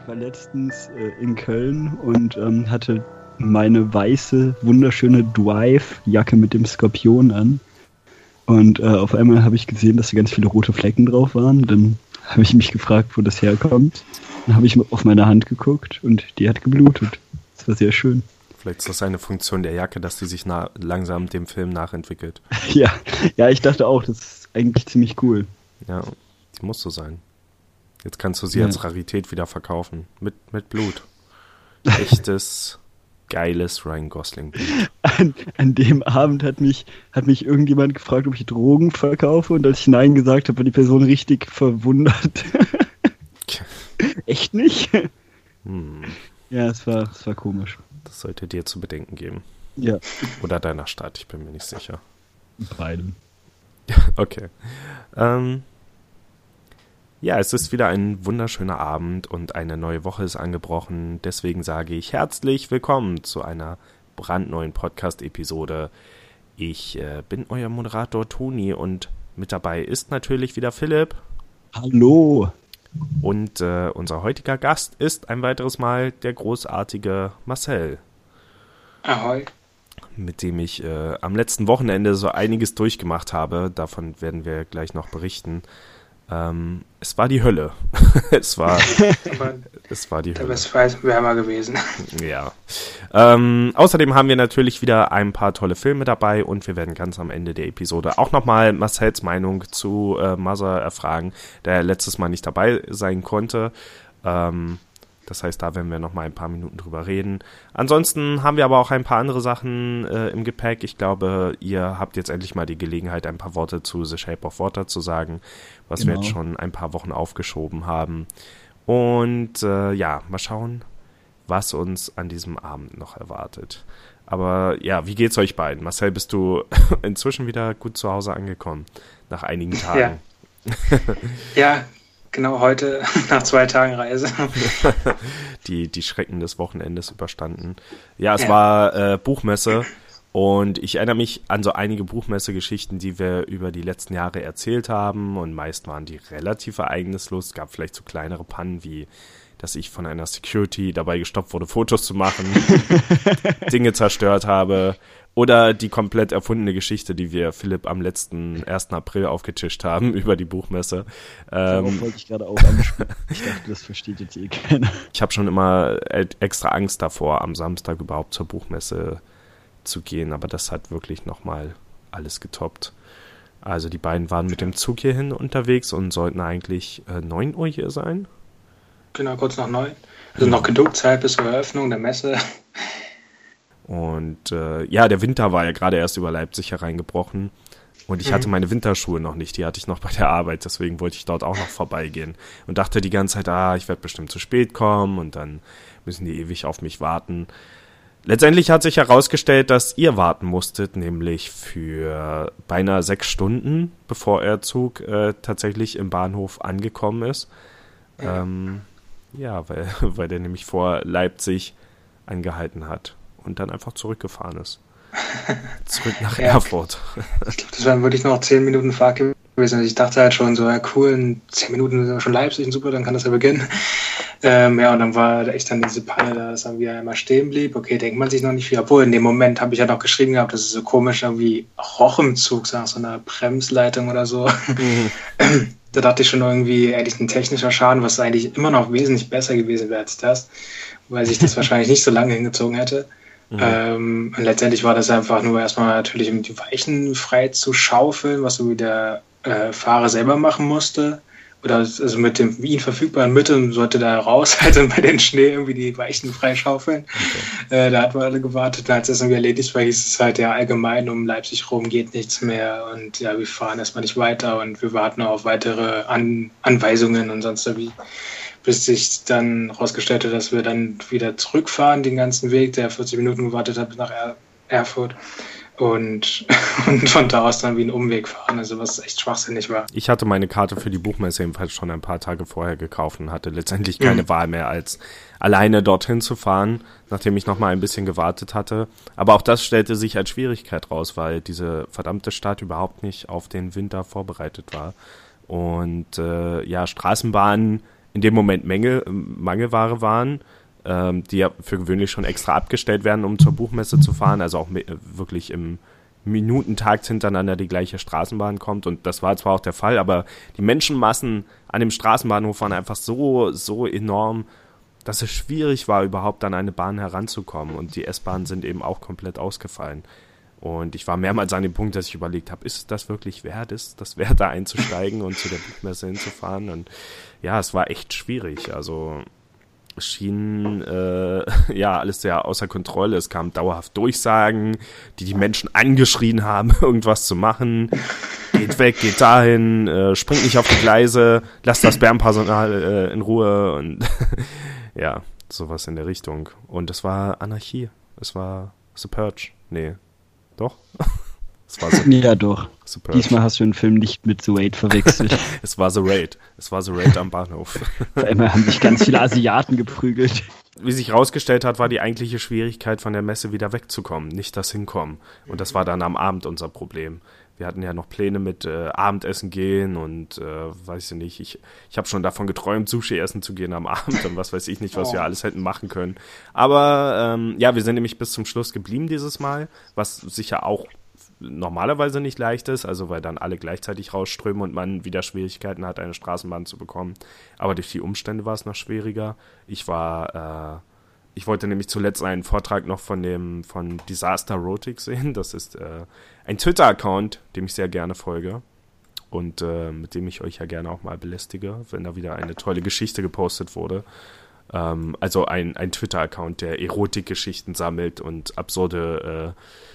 war letztens in Köln und hatte meine weiße, wunderschöne Drive-Jacke mit dem Skorpion an. Und auf einmal habe ich gesehen, dass da ganz viele rote Flecken drauf waren. Dann habe ich mich gefragt, wo das herkommt. Dann habe ich auf meine Hand geguckt und die hat geblutet. Das war sehr schön. Vielleicht ist das eine Funktion der Jacke, dass die sich langsam dem Film nachentwickelt. Ja, ich dachte auch, das ist eigentlich ziemlich cool. Ja, die muss so sein. Jetzt kannst du sie als Rarität wieder verkaufen. Mit Blut. Echtes, geiles Ryan Gosling Blut. An dem Abend hat mich irgendjemand gefragt, ob ich Drogen verkaufe. Und als ich Nein gesagt habe, war die Person richtig verwundert. Echt nicht? Ja, es war komisch. Das sollte dir zu bedenken geben. Ja. Oder deiner Stadt, ich bin mir nicht sicher. Beide. Okay. Ja, es ist wieder ein wunderschöner Abend und eine neue Woche ist angebrochen. Deswegen sage ich herzlich willkommen zu einer brandneuen Podcast-Episode. Ich bin euer Moderator Toni und mit dabei ist natürlich wieder Philipp. Hallo. Und unser heutiger Gast ist ein weiteres Mal der großartige Marcel. Ahoi. Mit dem ich am letzten Wochenende so einiges durchgemacht habe. Davon werden wir gleich noch berichten. Es war die Hölle. es war die Hölle. Der Westfalen wärmer gewesen. Ja. Außerdem haben wir natürlich wieder ein paar tolle Filme dabei und wir werden ganz am Ende der Episode auch nochmal Marcels Meinung zu Mother erfragen, da er letztes Mal nicht dabei sein konnte. Das heißt, da werden wir noch mal ein paar Minuten drüber reden. Ansonsten haben wir aber auch ein paar andere Sachen im Gepäck. Ich glaube, ihr habt jetzt endlich mal die Gelegenheit, ein paar Worte zu The Shape of Water zu sagen, was wir jetzt schon ein paar Wochen aufgeschoben haben. Und mal schauen, was uns an diesem Abend noch erwartet. Aber ja, wie geht's euch beiden? Marcel, bist du inzwischen wieder gut zu Hause angekommen, nach einigen Tagen? Ja. Genau, heute nach 2 Tagen Reise. Die Schrecken des Wochenendes überstanden. Ja, es war Buchmesse und ich erinnere mich an so einige Buchmesse-Geschichten, die wir über die letzten Jahre erzählt haben und meist waren die relativ ereignislos. Es gab vielleicht so kleinere Pannen wie, dass ich von einer Security dabei gestoppt wurde, Fotos zu machen, Dinge zerstört habe. Oder die komplett erfundene Geschichte, die wir Philipp am letzten 1. April aufgetischt haben über die Buchmesse. Darauf wollte ich gerade auch ansprechen. Ich dachte, das versteht jetzt eh keiner. Ich habe schon immer extra Angst davor, am Samstag überhaupt zur Buchmesse zu gehen. Aber das hat wirklich nochmal alles getoppt. Also die beiden waren mit dem Zug hierhin unterwegs und sollten eigentlich 9 Uhr hier sein. Genau, kurz nach 9. Also noch genug Zeit bis zur Eröffnung der Messe. Und der Winter war ja gerade erst über Leipzig hereingebrochen und ich hatte meine Winterschuhe noch nicht, die hatte ich noch bei der Arbeit, deswegen wollte ich dort auch noch vorbeigehen und dachte die ganze Zeit, ich werde bestimmt zu spät kommen und dann müssen die ewig auf mich warten. Letztendlich hat sich herausgestellt, dass ihr warten musstet, nämlich für beinahe 6 Stunden, bevor euer Zug tatsächlich im Bahnhof angekommen ist. Weil der nämlich vor Leipzig angehalten hat. Und dann einfach zurückgefahren ist. Zurück nach Erfurt. Ich glaube, das waren wirklich noch 10 Minuten Fahrt gewesen. Also ich dachte halt schon so, cool, in 10 Minuten sind wir schon Leipzig, super, dann kann das ja beginnen. Und dann war echt dann diese Panne da, dass er wieder einmal stehen blieb. Okay, denkt man sich noch nicht viel. Obwohl, in dem Moment habe ich ja noch geschrieben gehabt, das ist so komisch, irgendwie roch im Zug, so einer Bremsleitung oder so. Da dachte ich schon irgendwie, eigentlich ein technischer Schaden, was eigentlich immer noch wesentlich besser gewesen wäre als das, weil sich das wahrscheinlich nicht so lange hingezogen hätte. Und letztendlich war das einfach nur erstmal natürlich, um die Weichen frei zu schaufeln, was so wie der Fahrer selber machen musste. Oder also mit den wie ihn verfügbaren Mitteln sollte da raus, also bei den Schnee irgendwie die Weichen frei schaufeln. Okay. Da hatten wir alle gewartet, als das irgendwie erledigt war, hieß es halt allgemein um Leipzig rum geht nichts mehr und wir fahren erstmal nicht weiter und wir warten auf weitere Anweisungen und sonst wie. Bis sich dann rausgestellt hat, dass wir dann wieder zurückfahren, den ganzen Weg, der 40 Minuten gewartet hat bis nach Erfurt und von da aus dann wie einen Umweg fahren, also was echt schwachsinnig war. Ich hatte meine Karte für die Buchmesse jedenfalls schon ein paar Tage vorher gekauft und hatte letztendlich keine Wahl mehr, als alleine dorthin zu fahren, nachdem ich nochmal ein bisschen gewartet hatte. Aber auch das stellte sich als Schwierigkeit raus, weil diese verdammte Stadt überhaupt nicht auf den Winter vorbereitet war. Und Straßenbahnen in dem Moment Mangelware waren, die ja für gewöhnlich schon extra abgestellt werden, um zur Buchmesse zu fahren, also auch wirklich im Minutentakt hintereinander die gleiche Straßenbahn kommt, und das war zwar auch der Fall, aber die Menschenmassen an dem Straßenbahnhof waren einfach so enorm, dass es schwierig war, überhaupt an eine Bahn heranzukommen, und die S-Bahnen sind eben auch komplett ausgefallen. Und ich war mehrmals an dem Punkt, dass ich überlegt habe, ist es das wirklich wert, da einzusteigen und zu der Buchmesse hinzufahren? Und ja, es war echt schwierig. Also es schien alles sehr außer Kontrolle. Es kamen dauerhaft Durchsagen, die Menschen angeschrien haben, irgendwas zu machen. Geht weg, geht dahin, springt nicht auf die Gleise, lasst das Bärenpersonal in Ruhe und ja, sowas in der Richtung. Und es war Anarchie. Es war The Purge. Nee. Doch? Ja, doch. Diesmal hast du den Film nicht mit The Raid verwechselt. Es war The Raid. Es war The Raid am Bahnhof. Auf einmal haben sich ganz viele Asiaten geprügelt. Wie sich rausgestellt hat, war die eigentliche Schwierigkeit, von der Messe wieder wegzukommen, nicht das Hinkommen. Und das war dann am Abend unser Problem. Wir hatten ja noch Pläne mit Abendessen gehen und weiß ich nicht, ich habe schon davon geträumt, Sushi essen zu gehen am Abend und was weiß ich nicht, was wir alles hätten machen können. Aber wir sind nämlich bis zum Schluss geblieben dieses Mal, was sicher auch normalerweise nicht leicht ist, also weil dann alle gleichzeitig rausströmen und man wieder Schwierigkeiten hat, eine Straßenbahn zu bekommen. Aber durch die Umstände war es noch schwieriger. Ich wollte nämlich zuletzt einen Vortrag noch von Disaster Rotic sehen. Das ist ein Twitter-Account, dem ich sehr gerne folge und mit dem ich euch ja gerne auch mal belästige, wenn da wieder eine tolle Geschichte gepostet wurde. Also ein Twitter-Account, der Erotikgeschichten sammelt und absurde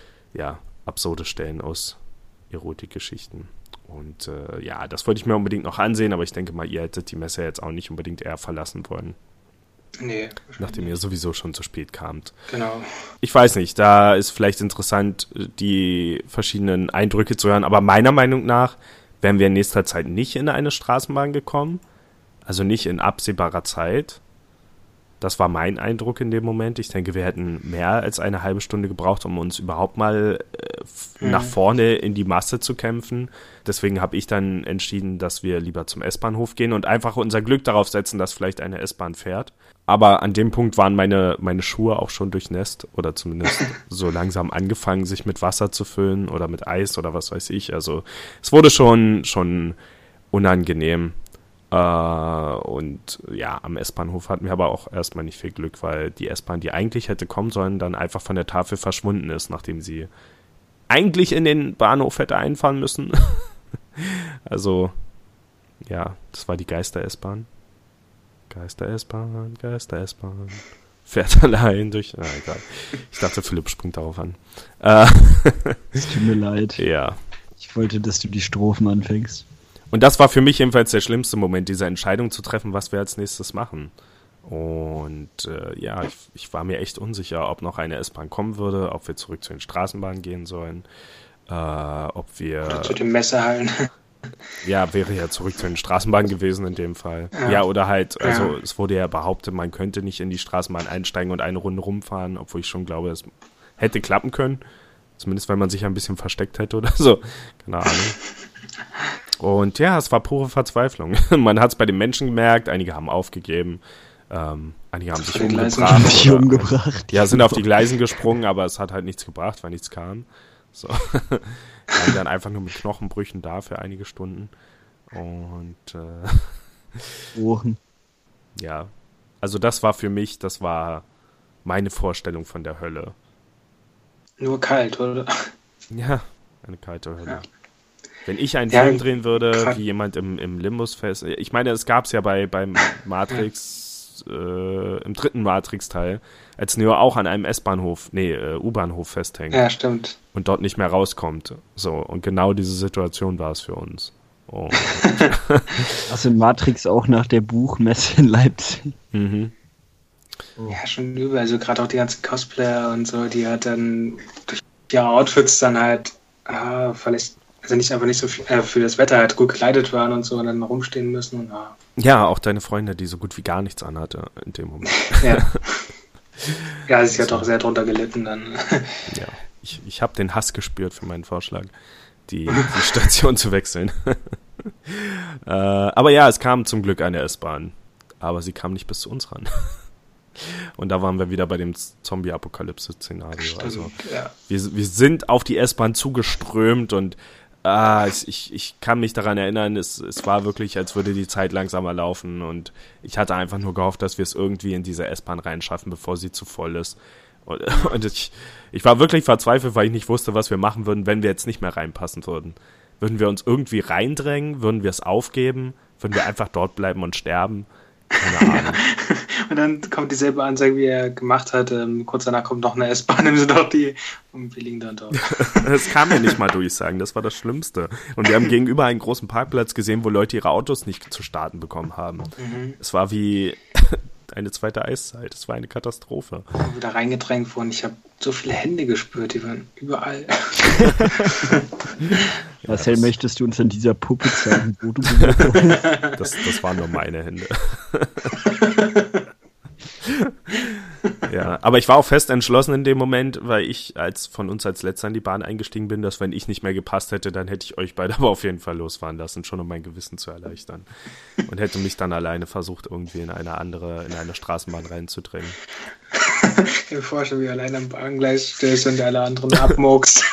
Stellen aus Erotikgeschichten. Und das wollte ich mir unbedingt noch ansehen, aber ich denke mal, ihr hättet die Messe jetzt auch nicht unbedingt eher verlassen wollen. Nee. Nachdem ihr sowieso schon zu spät kamt. Genau. Ich weiß nicht, da ist vielleicht interessant, die verschiedenen Eindrücke zu hören, aber meiner Meinung nach wären wir in nächster Zeit nicht in eine Straßenbahn gekommen, also nicht in absehbarer Zeit. Das war mein Eindruck in dem Moment. Ich denke, wir hätten mehr als eine halbe Stunde gebraucht, um uns überhaupt mal nach vorne in die Masse zu kämpfen. Deswegen habe ich dann entschieden, dass wir lieber zum S-Bahnhof gehen und einfach unser Glück darauf setzen, dass vielleicht eine S-Bahn fährt. Aber an dem Punkt waren meine Schuhe auch schon durchnässt oder zumindest so langsam angefangen, sich mit Wasser zu füllen oder mit Eis oder was weiß ich. Also es wurde schon unangenehm. Und ja, am S-Bahnhof hatten wir aber auch erstmal nicht viel Glück, weil die S-Bahn, die eigentlich hätte kommen sollen, dann einfach von der Tafel verschwunden ist, nachdem sie eigentlich in den Bahnhof hätte einfahren müssen. Also, ja, das war die Geister-S-Bahn. Geister-S-Bahn, Geister-S-Bahn. Fährt allein durch... Na, egal. Ich dachte, Philipp springt darauf an. Es tut mir leid. Ja. Ich wollte, dass du die Strophen anfängst. Und das war für mich jedenfalls der schlimmste Moment, diese Entscheidung zu treffen, was wir als nächstes machen. Und ich war mir echt unsicher, ob noch eine S-Bahn kommen würde, ob wir zurück zu den Straßenbahnen gehen sollen, ob wir... Oder zu den Messehallen. Ja, wäre ja zurück zu den Straßenbahnen gewesen in dem Fall. Ja, oder halt, also es wurde ja behauptet, man könnte nicht in die Straßenbahn einsteigen und eine Runde rumfahren, obwohl ich schon glaube, es hätte klappen können. Zumindest, wenn man sich ein bisschen versteckt hätte oder so. Keine Ahnung. Und ja, es war pure Verzweiflung. Man hat es bei den Menschen gemerkt, einige haben aufgegeben, einige haben sich umgebracht. Ja, sind auf die Gleisen gesprungen, aber es hat halt nichts gebracht, weil nichts kam. So. Waren dann einfach nur mit Knochenbrüchen da für einige Stunden. Und ja, also das war meine Vorstellung von der Hölle. Nur kalt, oder? Ja, eine kalte Hölle. Ja. Wenn ich einen Film drehen würde, wie jemand im Limbus fest... Ich meine, es gab es ja beim Matrix, im dritten Matrix-Teil, als Neo auch an einem U-Bahnhof festhängt. Ja, stimmt. Und dort nicht mehr rauskommt. So, und genau diese Situation war es für uns. Oh. Also in Matrix auch nach der Buchmesse in Leipzig. Mhm. Oh. Ja, schon übel. Also gerade auch die ganzen Cosplayer und so, die halt dann durch ihre Outfits dann halt vielleicht... Also nicht so viel, für das Wetter halt gut gekleidet waren und so und dann rumstehen müssen. Und, Ja, auch deine Freundin, die so gut wie gar nichts anhatte in dem Moment. Ja, sie hat auch sehr drunter gelitten dann. Ja, ich habe den Hass gespürt für meinen Vorschlag, die Station zu wechseln. Aber ja, es kam zum Glück eine S-Bahn. aber sie kam nicht bis zu uns ran. Und da waren wir wieder bei dem Zombie-Apokalypse-Szenario. Also wir sind auf die S-Bahn zugeströmt und ich kann mich daran erinnern, es war wirklich, als würde die Zeit langsamer laufen und ich hatte einfach nur gehofft, dass wir es irgendwie in diese S-Bahn reinschaffen, bevor sie zu voll ist. Und ich war wirklich verzweifelt, weil ich nicht wusste, was wir machen würden, wenn wir jetzt nicht mehr reinpassen würden. Würden wir uns irgendwie reindrängen? Würden wir es aufgeben? Würden wir einfach dort bleiben und sterben? Keine Ahnung. Und dann kommt dieselbe Ansage, wie er gemacht hat. Kurz danach kommt noch eine S-Bahn, nehmen sie doch die und wir liegen dann dort. Das kam ja nicht mal durchsagen, das war das Schlimmste. Und wir haben gegenüber einen großen Parkplatz gesehen, wo Leute ihre Autos nicht zu starten bekommen haben. Es war wie eine zweite Eiszeit, es war eine Katastrophe. Ich bin wieder reingedrängt worden, ich habe so viele Hände gespürt, die waren überall. Marcel, möchtest du uns an dieser Puppe zeigen, wo du Das waren nur meine Hände. Ja, aber ich war auch fest entschlossen in dem Moment, weil ich von uns als Letzter in die Bahn eingestiegen bin, dass wenn ich nicht mehr gepasst hätte, dann hätte ich euch beide aber auf jeden Fall losfahren lassen, schon um mein Gewissen zu erleichtern. Und hätte mich dann alleine versucht, irgendwie in eine Straßenbahn reinzudrängen. Ich kann mir vorstellen, wie du allein am Bahngleis stehst und alle anderen abmuckst.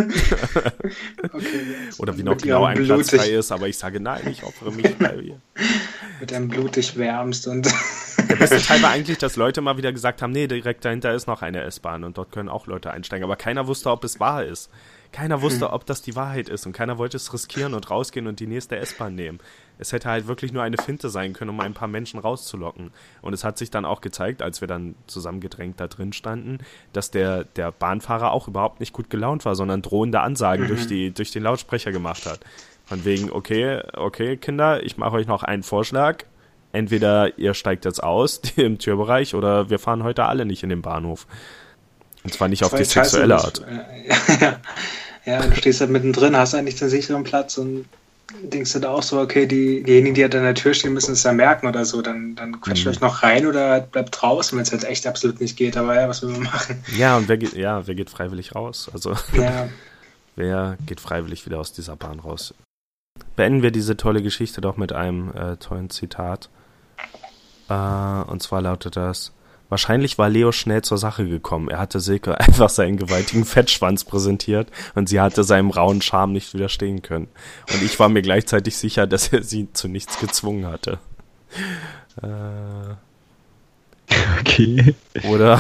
Okay, oder wie noch genau ein Platz frei ist, aber ich sage, nein, ich opfere mich bei mir. Mit deinem Blut dich wärmst und... Der beste Teil war eigentlich, dass Leute mal wieder gesagt haben, nee, direkt dahinter ist noch eine S-Bahn und dort können auch Leute einsteigen. Aber keiner wusste, ob es wahr ist. Keiner wusste, ob das die Wahrheit ist und keiner wollte es riskieren und rausgehen und die nächste S-Bahn nehmen. Es hätte halt wirklich nur eine Finte sein können, um ein paar Menschen rauszulocken. Und es hat sich dann auch gezeigt, als wir dann zusammengedrängt da drin standen, dass der Bahnfahrer auch überhaupt nicht gut gelaunt war, sondern drohende Ansagen durch den Lautsprecher gemacht hat. Von wegen, okay, Kinder, ich mache euch noch einen Vorschlag. Entweder ihr steigt jetzt aus im Türbereich oder wir fahren heute alle nicht in den Bahnhof. Und zwar nicht auf die sexuelle Art. Ja, du stehst halt mittendrin, hast eigentlich den sicheren Platz und denkst du da auch so, okay, diejenigen, die halt an der Tür stehen, müssen es ja merken oder so. Dann quetscht euch noch rein oder bleibt draußen, wenn es halt echt absolut nicht geht. Aber ja, was will man machen? Ja, und wer geht freiwillig raus? Also wer geht freiwillig wieder aus dieser Bahn raus? Beenden wir diese tolle Geschichte doch mit einem tollen Zitat. Und zwar lautet das: Wahrscheinlich war Leo schnell zur Sache gekommen. Er hatte Silke einfach seinen gewaltigen Fettschwanz präsentiert und sie hatte seinem rauen Charme nicht widerstehen können. Und ich war mir gleichzeitig sicher, dass er sie zu nichts gezwungen hatte. Okay. Oder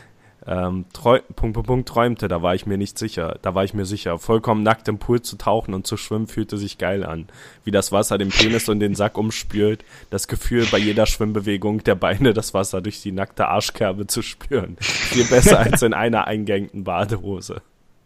träumte, da war ich mir nicht sicher. Da war ich mir sicher. Vollkommen nackt im Pool zu tauchen und zu schwimmen fühlte sich geil an. Wie das Wasser den Penis und den Sack umspült. Das Gefühl, bei jeder Schwimmbewegung der Beine das Wasser durch die nackte Arschkerbe zu spüren. Viel besser als in einer eingängten Badehose.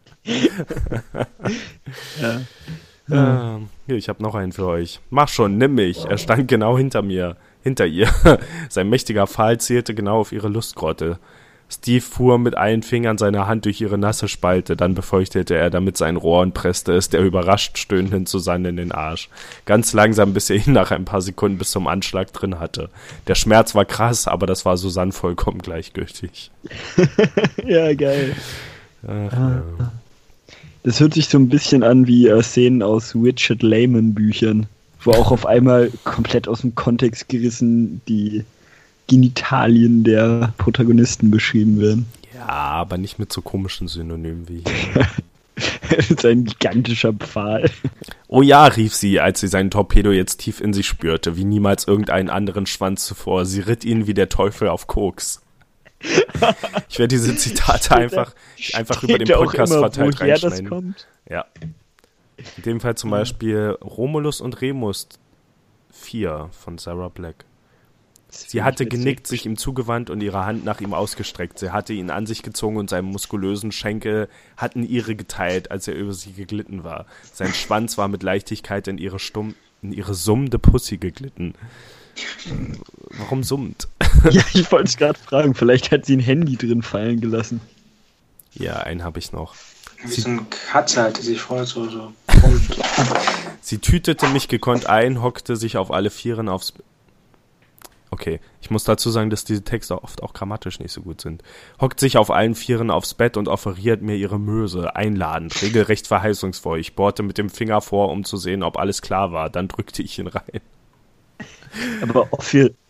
Hier, ich habe noch einen für euch. Mach schon, nimm mich. Er stand genau hinter ihr. Sein mächtiger Pfahl zielte genau auf ihre Lustgrotte. Steve fuhr mit allen Fingern seiner Hand durch ihre nasse Spalte, dann befeuchtete er damit sein Rohr und presste es der überrascht stöhnenden Susanne in den Arsch. Ganz langsam, bis er ihn nach ein paar Sekunden bis zum Anschlag drin hatte. Der Schmerz war krass, aber das war Susanne vollkommen gleichgültig. Ja, geil. Ach, ja. Das hört sich so ein bisschen an wie Szenen aus Richard Lehman Büchern, wo auch auf einmal komplett aus dem Kontext gerissen die Genitalien der Protagonisten beschrieben werden. Ja, aber nicht mit so komischen Synonymen wie hier. Das ist ein gigantischer Pfahl. Oh ja, rief sie, als sie seinen Torpedo jetzt tief in sich spürte, wie niemals irgendeinen anderen Schwanz zuvor. Sie ritt ihn wie der Teufel auf Koks. Ich werde diese Zitate einfach über den Podcast immer, verteilt reinschneiden. Das kommt? Ja. In dem Fall zum Beispiel Romulus und Remus 4 von Sarah Black. Sie hatte genickt, sich ihm zugewandt und ihre Hand nach ihm ausgestreckt. Sie hatte ihn an sich gezogen und seine muskulösen Schenkel hatten ihre geteilt, als er über sie geglitten war. Sein Schwanz war mit Leichtigkeit in ihre summende Pussy geglitten. Warum summt? Ja, ich wollte es gerade fragen. Vielleicht hat sie ein Handy drin fallen gelassen. Ja, einen habe ich noch. Wie so eine Katze halt, die sich freut, so. Sie tütete mich gekonnt ein, hockte sich auf alle Vieren aufs... Okay, ich muss dazu sagen, dass diese Texte oft auch grammatisch nicht so gut sind. Hockt sich auf allen Vieren aufs Bett und offeriert mir ihre Möse, einladend, regelrecht verheißungsvoll. Ich bohrte mit dem Finger vor, um zu sehen, ob alles klar war. Dann drückte ich ihn rein. Aber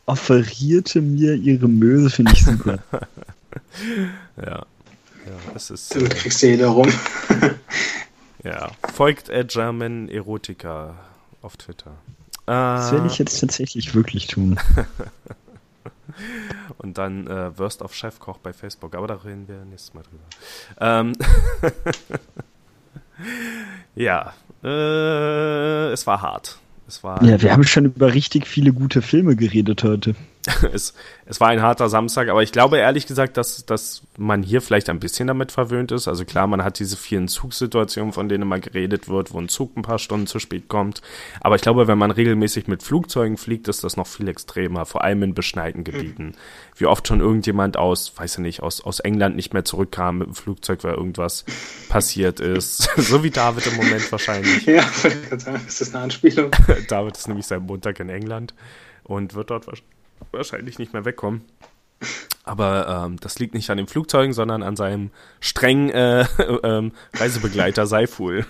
offerierte mir ihre Möse, finde ich super. Ja, das ist... Damit kriegst du jeder rum. Ja, folgt German Erotica auf Twitter. Das werde ich jetzt tatsächlich wirklich tun. Und dann Worst of Chefkoch bei Facebook, aber da reden wir nächstes Mal drüber. Ja, es war hart. Ja, wir haben schon über richtig viele gute Filme geredet heute. Es war ein harter Samstag, aber ich glaube ehrlich gesagt, dass man hier vielleicht ein bisschen damit verwöhnt ist. Also klar, man hat diese vielen Zugsituationen, von denen immer geredet wird, wo ein Zug ein paar Stunden zu spät kommt. Aber ich glaube, wenn man regelmäßig mit Flugzeugen fliegt, ist das noch viel extremer, vor allem in beschneiten Gebieten. Wie oft schon irgendjemand aus England nicht mehr zurückkam mit dem Flugzeug, weil irgendwas passiert ist. So wie David im Moment wahrscheinlich. Ja, ist das eine Anspielung? David ist nämlich seit Montag in England und wird dort wahrscheinlich nicht mehr wegkommen. Aber das liegt nicht an den Flugzeugen, sondern an seinem strengen Reisebegleiter Saiful.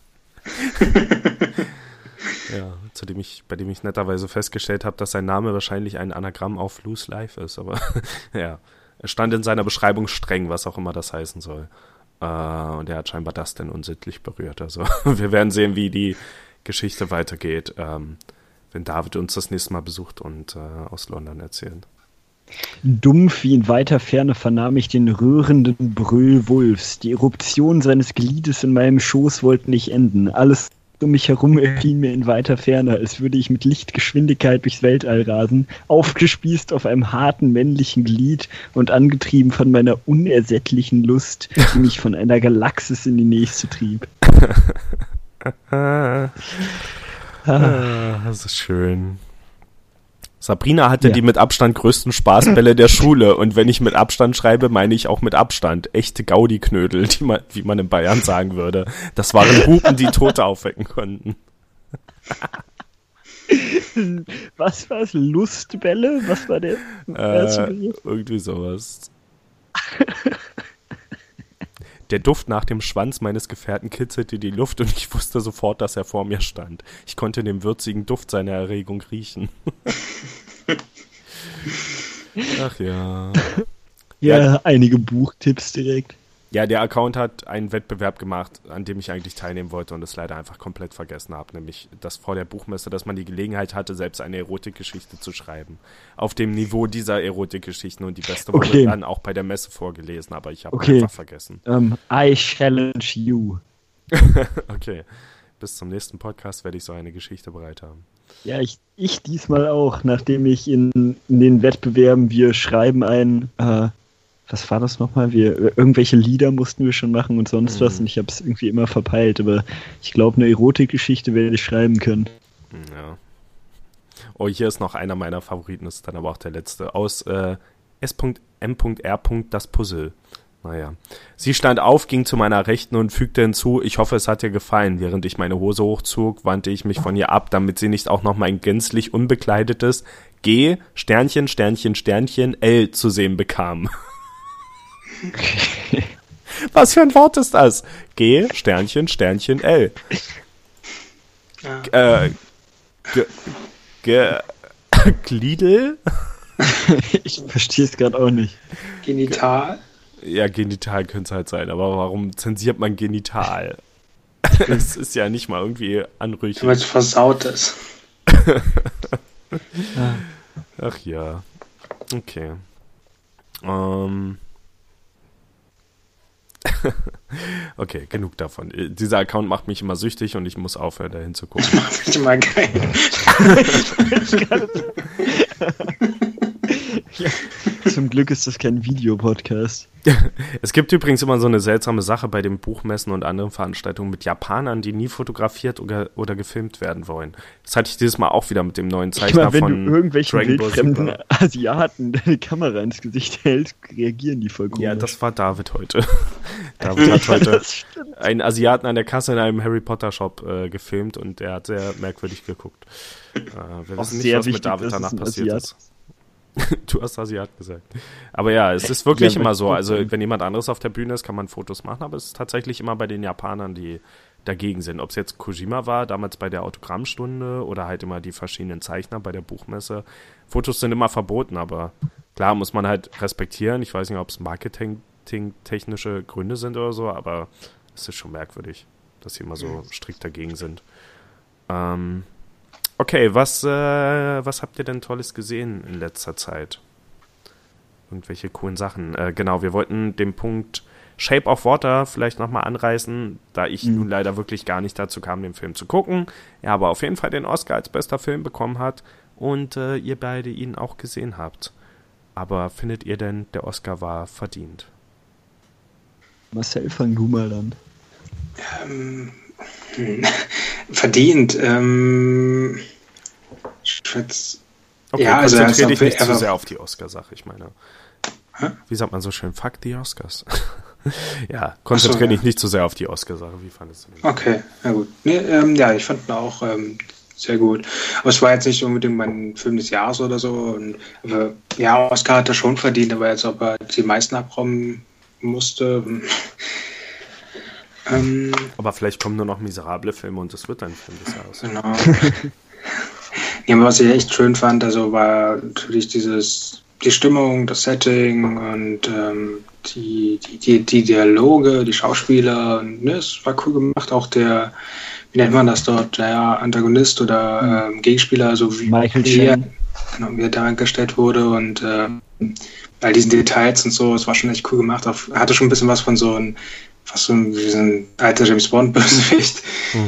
Ja, bei dem ich netterweise festgestellt habe, dass sein Name wahrscheinlich ein Anagramm auf Loose Life ist. Aber ja, es stand in seiner Beschreibung streng, was auch immer das heißen soll. Und er hat scheinbar das denn unsittlich berührt. Also wir werden sehen, wie die Geschichte weitergeht, wenn David uns das nächste Mal besucht und aus London erzählt. Dumpf wie in weiter Ferne vernahm ich den rührenden Brüll Wulfs. Die Eruption seines Gliedes in meinem Schoß wollte nicht enden. Alles um mich herum erschien mir in weiter Ferne, als würde ich mit Lichtgeschwindigkeit durchs Weltall rasen, aufgespießt auf einem harten männlichen Glied und angetrieben von meiner unersättlichen Lust, die mich von einer Galaxis in die nächste trieb. Das ist schön. Sabrina hatte die mit Abstand größten Spaßbälle der Schule. Und wenn ich mit Abstand schreibe, meine ich auch mit Abstand. Echte Gaudi-Knödel, wie man in Bayern sagen würde. Das waren Hupen, die Tote aufwecken konnten. Was war es? Lustbälle? Was war der? Irgendwie sowas. Der Duft nach dem Schwanz meines Gefährten kitzelte die Luft und ich wusste sofort, dass er vor mir stand. Ich konnte den würzigen Duft seiner Erregung riechen. Ach ja. Ja, einige Buchtipps direkt. Ja, der Account hat einen Wettbewerb gemacht, an dem ich eigentlich teilnehmen wollte und es leider einfach komplett vergessen habe. Nämlich das vor der Buchmesse, dass man die Gelegenheit hatte, selbst eine Erotikgeschichte zu schreiben. Auf dem Niveau dieser Erotikgeschichten und die beste wurde dann auch bei der Messe vorgelesen, aber ich habe einfach vergessen. I challenge you. Okay, bis zum nächsten Podcast werde ich so eine Geschichte bereit haben. Ja, ich diesmal auch, nachdem ich in den Wettbewerben, wir schreiben was war das nochmal? Irgendwelche Lieder mussten wir schon machen und sonst was und ich habe es irgendwie immer verpeilt, aber ich glaube, eine Erotikgeschichte werde ich schreiben können. Ja. Oh, hier ist noch einer meiner Favoriten, das ist dann aber auch der letzte, aus S.M.R. Das Puzzle. Naja. Sie stand auf, ging zu meiner Rechten und fügte hinzu, ich hoffe, es hat dir gefallen. Während ich meine Hose hochzog, wandte ich mich von ihr ab, damit sie nicht auch noch mein gänzlich unbekleidetes G, Sternchen, Sternchen, Sternchen, L zu sehen bekam. Was für ein Wort ist das? G, Sternchen, Sternchen, L. Gliedel? Ich verstehe es gerade auch nicht. Genital? Ja, Genital könnte es halt sein, aber warum zensiert man Genital? Das ist ja nicht mal irgendwie anrüchig. Weil es versaut ist. Ach ja. Okay. Okay, genug davon. Dieser Account macht mich immer süchtig und ich muss aufhören, dahin zu gucken. Macht mich immer geil. Ja, zum Glück ist das kein Videopodcast. Es gibt übrigens immer so eine seltsame Sache bei den Buchmessen und anderen Veranstaltungen mit Japanern, die nie fotografiert oder gefilmt werden wollen. Das hatte ich dieses Mal auch wieder mit dem neuen Zeichner wenn von du irgendwelchen Dragon Ball wildfremden Super. Asiaten deine Kamera ins Gesicht hältst, reagieren die voll komisch. Ja, das war David heute. David hat heute einen Asiaten an der Kasse in einem Harry Potter Shop gefilmt und der hat sehr merkwürdig geguckt. Wir wissen nicht, was mit David danach passiert ist. Du hast Asiat gesagt. Aber ja, es ist wirklich immer so. Also wenn jemand anderes auf der Bühne ist, kann man Fotos machen, aber es ist tatsächlich immer bei den Japanern, die dagegen sind. Ob es jetzt Kojima war, damals bei der Autogrammstunde oder halt immer die verschiedenen Zeichner bei der Buchmesse. Fotos sind immer verboten, aber klar muss man halt respektieren. Ich weiß nicht, ob es marketingtechnische Gründe sind oder so, aber es ist schon merkwürdig, dass sie immer so strikt dagegen sind. Okay, was habt ihr denn Tolles gesehen in letzter Zeit? Irgendwelche coolen Sachen. Genau, wir wollten den Punkt Shape of Water vielleicht nochmal anreißen, da ich nun leider wirklich gar nicht dazu kam, den Film zu gucken. Er aber auf jeden Fall den Oscar als bester Film bekommen hat und ihr beide ihn auch gesehen habt. Aber findet ihr denn, der Oscar war verdient? Marcel, fang du mal an. Verdient. Okay, ja, konzentriere dich nicht zu sehr auf die Oscar-Sache, ich meine. Wie sagt man so schön? Fuck die Oscars. Ja, konzentriere dich nicht zu sehr auf die Oscar-Sache. Wie fandest du den? Okay, na gut. Nee, ja, ich fand ihn auch sehr gut. Aber es war jetzt nicht unbedingt mein Film des Jahres oder so. Aber ja, Oscar hat er schon verdient, aber jetzt, ob er die meisten abräumen musste. Aber vielleicht kommen nur noch miserable Filme und es wird ein Film des Jahres. Genau. Ja, aber was ich echt schön fand, also war natürlich die Stimmung, das Setting und die Dialoge, die Schauspieler, und, ne, es war cool gemacht, auch wie nennt man das dort, der Antagonist oder Gegenspieler, so wie er dargestellt wurde und all diesen Details und so, es war schon echt cool gemacht, hatte schon ein bisschen was von fast so ein alter James Bond-Bösewicht.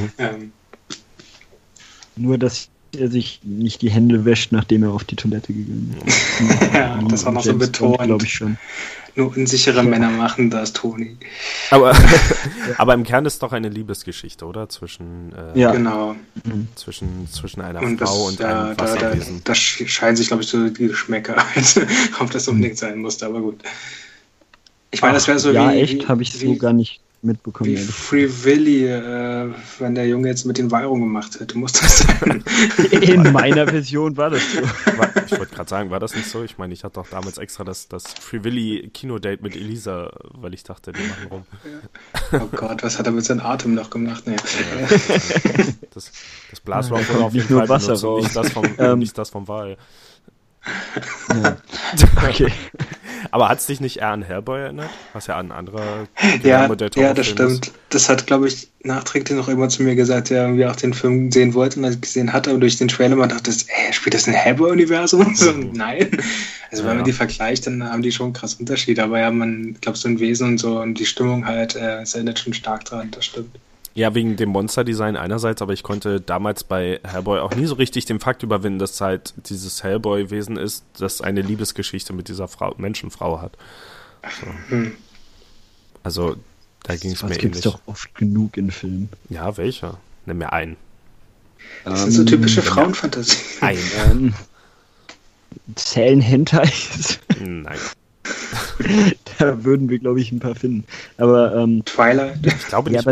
Nur, dass er sich nicht die Hände wäscht, nachdem er auf die Toilette gegangen ist. Ja, das war noch so betont. Glaube ich schon. Nur unsichere Männer machen das, Toni. Aber im Kern ist doch eine Liebesgeschichte, oder? Zwischen genau. Zwischen einer und Frau und einem Wasserwesen. Da scheinen sich, glaube ich, so die Geschmäcker, ob das unbedingt sein musste, aber gut. Ich meine, das wäre so ja, echt? Habe ich so gar nicht mitbekommen. Wie Free Willy, wenn der Junge jetzt mit den Weirungen gemacht hätte, muss das sein. In meiner Version war das so. Ich wollte gerade sagen, war das nicht so? Ich meine, ich hatte doch damals extra das Free Willy Kinodate mit Elisa, weil ich dachte, die machen rum. Ja. Oh Gott, was hat er mit seinem Atem noch gemacht? Nee. Das Blasrohr wurde auf jeden Fall benutzt und nicht das vom Wal. Ja. Okay. Aber hat es dich nicht eher an Hellboy erinnert? Was ja an anderer Ja, das stimmt. Ist. Das hat, glaube ich, nachträglich noch immer zu mir gesagt, der irgendwie auch den Film sehen wollte und das gesehen hatte, aber durch den Trailer man dachte, spielt das ein Hellboy-Universum? So, nein. Also wenn man die vergleicht, dann haben die schon einen krassen Unterschied. Aber ja, man glaubt so ein Wesen und so und die Stimmung halt, es erinnert schon stark dran, das stimmt. Ja, wegen dem Monsterdesign einerseits, aber ich konnte damals bei Hellboy auch nie so richtig den Fakt überwinden, dass halt dieses Hellboy-Wesen ist, das eine Liebesgeschichte mit dieser Menschenfrau hat. So. Also, da ging es mir ähnlich. Das gibt's doch oft genug in Filmen. Ja, welcher? Nimm mir einen. Das sind so typische Frauenfantasien. Zählen Hentais? Nein. Da würden wir, glaube ich, ein paar finden. Aber, Twilight? Ich glaube nicht, aber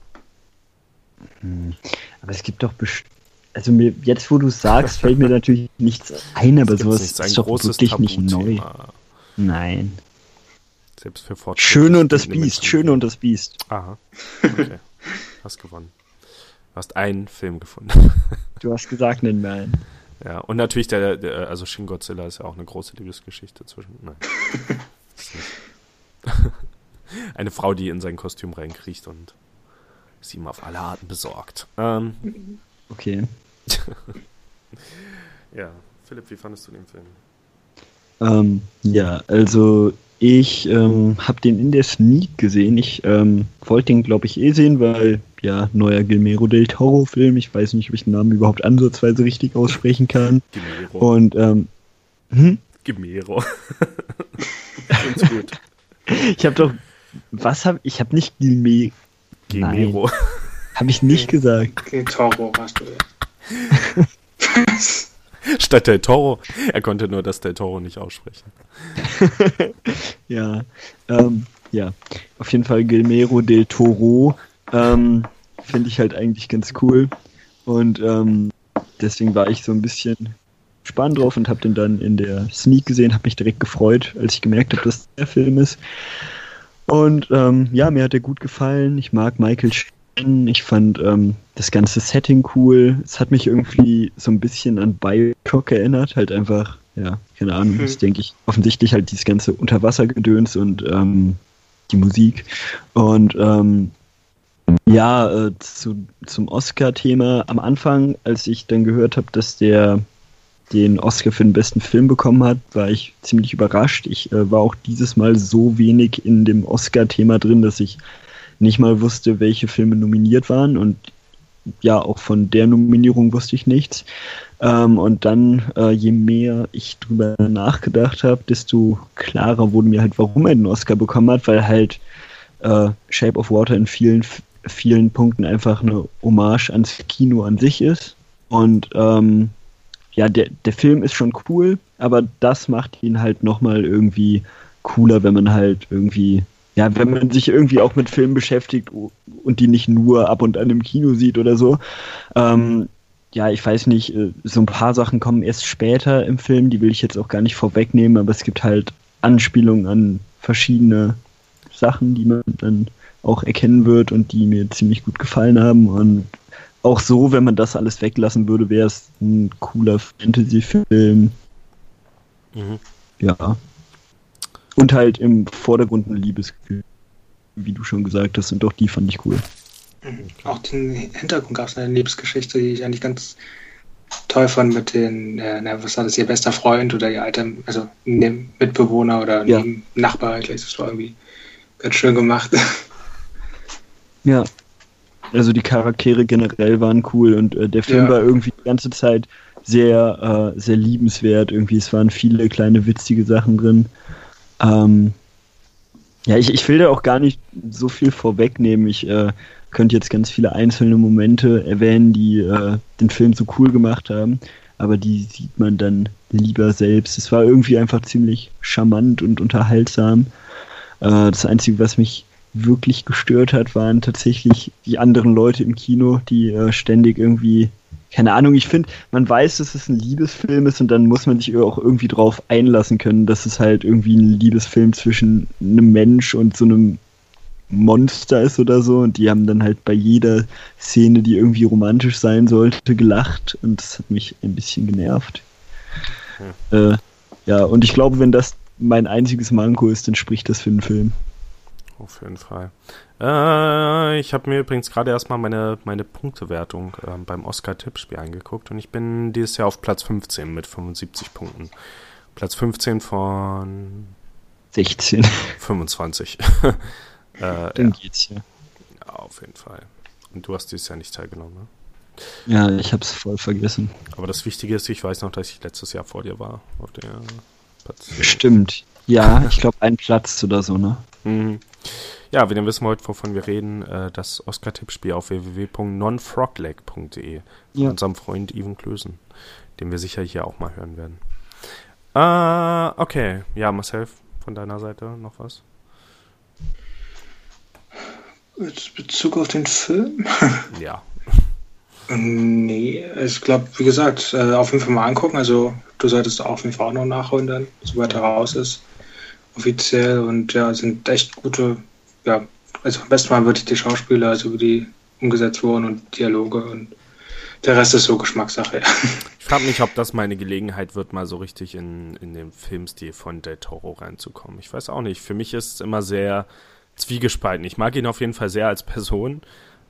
es gibt doch also jetzt, wo du es sagst, fällt mir natürlich nichts ein, aber sowas ist doch wirklich nicht neu. Nein. Selbst für Schön und das Biest. Aha. Okay. Hast gewonnen. Du hast einen Film gefunden. Du hast gesagt, nenn mir einen. Ja, und natürlich also Shin Godzilla ist ja auch eine große Liebesgeschichte zwischen. Nein. Eine Frau, die in sein Kostüm reinkriecht und es ihm auf alle Arten besorgt. Okay. Ja, Philipp, wie fandest du den Film? Ja, also ich habe den in der Sneak gesehen. Ich wollte den, glaube ich, sehen, weil, ja, neuer Guillermo del Toro-Film. Ich weiß nicht, ob ich den Namen überhaupt ansatzweise richtig aussprechen kann. Guillermo. Und, Guillermo. Find's gut. Ich habe nicht Guillermo. Habe ich nicht gesagt. Den Toro hast du ja. Statt Del Toro. Er konnte nur das Del Toro nicht aussprechen. Ja, ja. Auf jeden Fall Guillermo del Toro finde ich halt eigentlich ganz cool. Und deswegen war ich so ein bisschen gespannt drauf und habe den dann in der Sneak gesehen, habe mich direkt gefreut, als ich gemerkt habe, dass der Film ist. Und ja, mir hat er gut gefallen. Ich mag Michael Ich fand das ganze Setting cool. Es hat mich irgendwie so ein bisschen an Bioshock erinnert. Halt einfach, ja, keine Ahnung, das denke ich. Offensichtlich halt dieses ganze Unterwassergedöns und die Musik. Und zum Oscar-Thema. Am Anfang, als ich dann gehört habe, dass der den Oscar für den besten Film bekommen hat, war ich ziemlich überrascht. Ich war auch dieses Mal so wenig in dem Oscar-Thema drin, dass ich nicht mal wusste, welche Filme nominiert waren, und ja, auch von der Nominierung wusste ich nichts. Und dann, je mehr ich drüber nachgedacht habe, desto klarer wurde mir halt, warum er den Oscar bekommen hat, weil halt Shape of Water in vielen Punkten einfach eine Hommage ans Kino an sich ist. Und der Film ist schon cool, aber das macht ihn halt nochmal irgendwie cooler, wenn man halt irgendwie, ja, wenn man sich irgendwie auch mit Filmen beschäftigt und die nicht nur ab und an im Kino sieht oder so. Ich weiß nicht, so ein paar Sachen kommen erst später im Film, die will ich jetzt auch gar nicht vorwegnehmen, aber es gibt halt Anspielungen an verschiedene Sachen, die man dann auch erkennen wird und die mir ziemlich gut gefallen haben. Und auch so, wenn man das alles weglassen würde, wäre es ein cooler Fantasy-Film. Mhm. Ja. Und halt im Vordergrund ein Liebesgefühl, wie du schon gesagt hast, und auch die fand ich cool. Auch den Hintergrund gab es eine Liebesgeschichte, die ich eigentlich ganz toll fand mit den, was war das, ihr bester Freund oder ihr alter, also Mitbewohner oder Nachbar, ich weiß, das war irgendwie ganz schön gemacht. Ja, also die Charaktere generell waren cool und der Film war irgendwie die ganze Zeit sehr, sehr liebenswert. Irgendwie, es waren viele kleine witzige Sachen drin. Ich will da auch gar nicht so viel vorwegnehmen. Ich könnte jetzt ganz viele einzelne Momente erwähnen, die den Film so cool gemacht haben, aber die sieht man dann lieber selbst. Es war irgendwie einfach ziemlich charmant und unterhaltsam. Das Einzige, was mich wirklich gestört hat, waren tatsächlich die anderen Leute im Kino, die ständig irgendwie, keine Ahnung, ich finde, man weiß, dass es ein Liebesfilm ist und dann muss man sich auch irgendwie drauf einlassen können, dass es halt irgendwie ein Liebesfilm zwischen einem Mensch und so einem Monster ist oder so, und die haben dann halt bei jeder Szene, die irgendwie romantisch sein sollte, gelacht, und das hat mich ein bisschen genervt. Und ich glaube, wenn das mein einziges Manko ist, dann spricht das für den Film. Auf jeden Fall. Ich habe mir übrigens gerade erstmal meine Punktewertung beim Oscar-Tippspiel angeguckt und ich bin dieses Jahr auf Platz 15 mit 75 Punkten. Platz 15 von 16. 25. Dann geht's ja. Ja, auf jeden Fall. Und du hast dieses Jahr nicht teilgenommen, ne? Ja, ich hab's voll vergessen. Aber das Wichtige ist, ich weiß noch, dass ich letztes Jahr vor dir war. Auf der Platz. Stimmt. Ja, ich glaube, ein Platz oder so, ne? Mhm. Ja, wenn ihr wissen wollt, wovon wir reden, das Oscar-Tippspiel auf www.nonfrogleg.de von unserem Freund Ivan Klösen, den wir sicher hier auch mal hören werden. Okay. Ja, Marcel, von deiner Seite noch was? Mit Bezug auf den Film? Ja. Nee, ich glaube, wie gesagt, auf jeden Fall mal angucken. Also du solltest auf jeden Fall auch noch nachholen dann, sobald er raus ist. Offiziell, und ja, sind echt gute, ja, also am besten mal wirklich die Schauspieler, also wie die umgesetzt wurden und Dialoge, und der Rest ist so Geschmackssache, ja. Ich frage mich, ob das meine Gelegenheit wird, mal so richtig in den Filmstil von Del Toro reinzukommen. Ich weiß auch nicht. Für mich ist es immer sehr zwiegespalten. Ich mag ihn auf jeden Fall sehr als Person.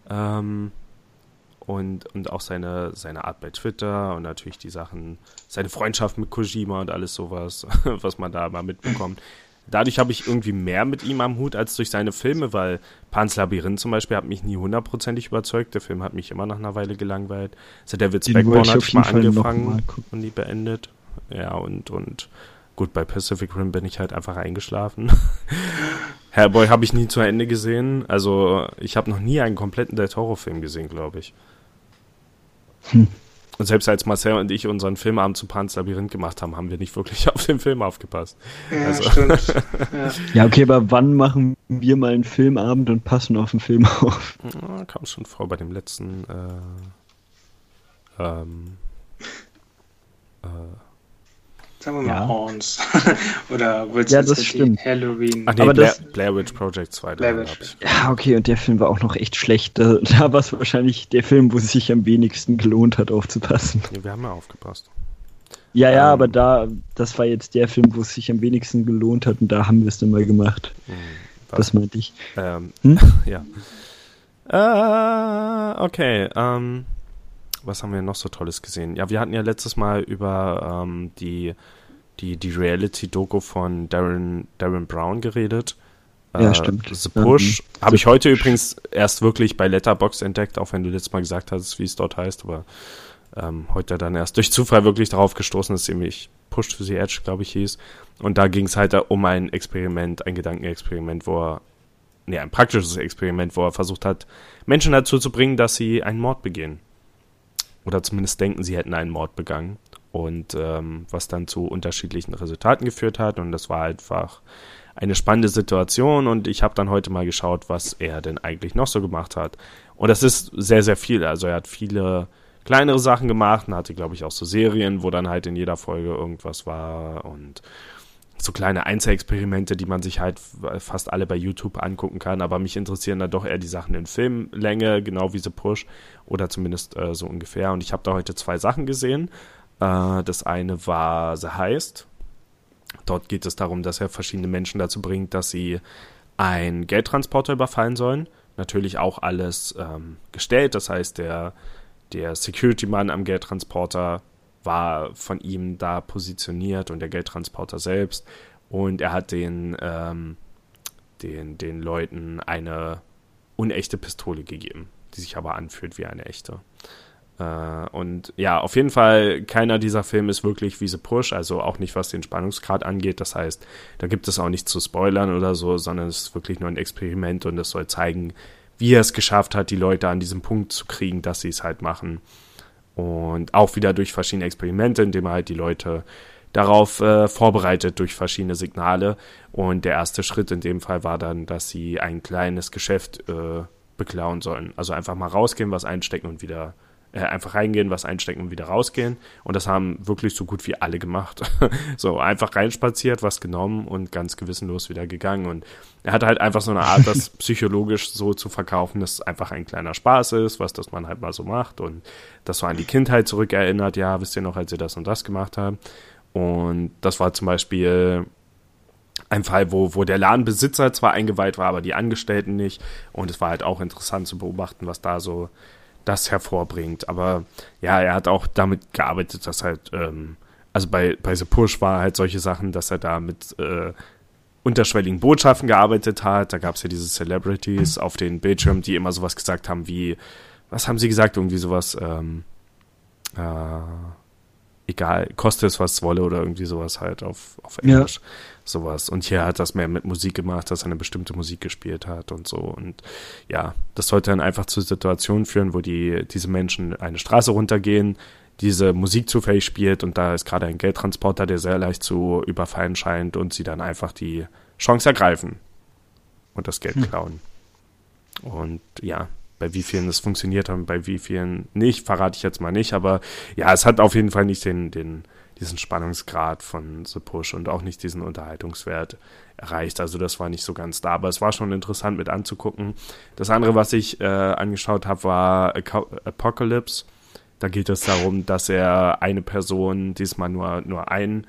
Und auch seine Art bei Twitter und natürlich die Sachen, seine Freundschaft mit Kojima und alles sowas, was man da mal mitbekommt. Dadurch habe ich irgendwie mehr mit ihm am Hut als durch seine Filme, weil Pans Labyrinth zum Beispiel hat mich nie hundertprozentig überzeugt. Der Film hat mich immer nach einer Weile gelangweilt. Also David Specborn hatte ich mal angefangen und nie beendet. Ja, und gut, bei Pacific Rim bin ich halt einfach eingeschlafen. Hellboy habe ich nie zu Ende gesehen. Also ich habe noch nie einen kompletten Del Toro-Film gesehen, glaube ich. Und selbst als Marcel und ich unseren Filmabend zu Pans Labyrinth gemacht haben, haben wir nicht wirklich auf den Film aufgepasst. Ja, also. Stimmt. Ja, okay, aber wann machen wir mal einen Filmabend und passen auf den Film auf? Ja, kam schon vor bei dem letzten Sagen wir mal Ja. Horns. Oder Wilson Ja, das City, stimmt. Halloween. Ach nee, Aber Blair Witch Project 2. Blair da Witch. hab ich. Ja, okay, und der Film war auch noch echt schlecht. Da war es wahrscheinlich der Film, wo es sich am wenigsten gelohnt hat, aufzupassen. Nee, wir haben ja aufgepasst. Ja, Ähm. aber das war jetzt der Film, wo es sich am wenigsten gelohnt hat und da haben wir es dann mal gemacht. Das meinte ich. Ja. Okay, was haben wir noch so Tolles gesehen? Ja, wir hatten ja letztes Mal über die Reality-Doku von Darren Brown geredet. Ja, stimmt. The Push. Habe ich heute übrigens erst wirklich bei Letterboxd entdeckt, auch wenn du letztes Mal gesagt hast, wie es dort heißt, aber heute dann erst durch Zufall wirklich darauf gestoßen, dass es nämlich Push to the Edge, glaube ich, hieß. Und da ging es halt um ein Experiment, ein Gedankenexperiment, ein praktisches Experiment, wo er versucht hat, Menschen dazu zu bringen, dass sie einen Mord begehen. Oder zumindest denken, sie hätten einen Mord begangen. Und was dann zu unterschiedlichen Resultaten geführt hat. Und das war einfach eine spannende Situation. Und ich habe dann heute mal geschaut, was er denn eigentlich noch so gemacht hat. Und das ist sehr, sehr viel. Also er hat viele kleinere Sachen gemacht und hatte, glaube ich, auch so Serien, wo dann halt in jeder Folge irgendwas war. Und so kleine Einzelexperimente, die man sich halt fast alle bei YouTube angucken kann, aber mich interessieren dann doch eher die Sachen in Filmlänge, genau wie The Push oder zumindest so ungefähr. Und ich habe da heute 2 Sachen gesehen. Das eine war The Heist. Dort geht es darum, dass er verschiedene Menschen dazu bringt, dass sie einen Geldtransporter überfallen sollen. Natürlich auch alles gestellt, das heißt, der Security-Mann am Geldtransporter war von ihm da positioniert und der Geldtransporter selbst. Und er hat den Leuten eine unechte Pistole gegeben, die sich aber anfühlt wie eine echte. Und ja, auf jeden Fall, keiner dieser Filme ist wirklich wie The Push, also auch nicht, was den Spannungsgrad angeht. Das heißt, da gibt es auch nichts zu spoilern oder so, sondern es ist wirklich nur ein Experiment und es soll zeigen, wie er es geschafft hat, die Leute an diesem Punkt zu kriegen, dass sie es halt machen. Und auch wieder durch verschiedene Experimente, indem er halt die Leute darauf vorbereitet durch verschiedene Signale. Und der erste Schritt in dem Fall war dann, dass sie ein kleines Geschäft beklauen sollen. Also einfach mal rausgehen, was einstecken und wieder einfach reingehen, was einstecken und wieder rausgehen. Und das haben wirklich so gut wie alle gemacht. So einfach reinspaziert, was genommen und ganz gewissenlos wieder gegangen. Und er hat halt einfach so eine Art, das psychologisch so zu verkaufen, dass es einfach ein kleiner Spaß ist, was das man halt mal so macht. Und das so an die Kindheit zurückerinnert. Ja, wisst ihr noch, als ihr das und das gemacht habt? Und das war zum Beispiel ein Fall, wo der Ladenbesitzer zwar eingeweiht war, aber die Angestellten nicht. Und es war halt auch interessant zu beobachten, was da so das hervorbringt. Aber ja, er hat auch damit gearbeitet, dass halt, also bei The Push war halt solche Sachen, dass er da mit unterschwelligen Botschaften gearbeitet hat. Da gab es ja diese Celebrities auf den Bildschirmen, die immer sowas gesagt haben wie, was haben sie gesagt? Irgendwie sowas, egal, koste es, was es wolle oder irgendwie sowas halt auf Englisch. Ja. Sowas. Und hier hat das mehr mit Musik gemacht, dass er eine bestimmte Musik gespielt hat und so. Und ja, das sollte dann einfach zu Situationen führen, wo diese Menschen eine Straße runtergehen, diese Musik zufällig spielt und da ist gerade ein Geldtransporter, der sehr leicht zu überfallen scheint und sie dann einfach die Chance ergreifen und das Geld klauen. Und ja, bei wie vielen es funktioniert hat und bei wie vielen nicht, verrate ich jetzt mal nicht, aber ja, es hat auf jeden Fall nicht diesen Spannungsgrad von The Push und auch nicht diesen Unterhaltungswert erreicht. Also das war nicht so ganz da, aber es war schon interessant mit anzugucken. Das andere, was ich angeschaut habe, war Apocalypse. Da geht es darum, dass er eine Person, diesmal nur eine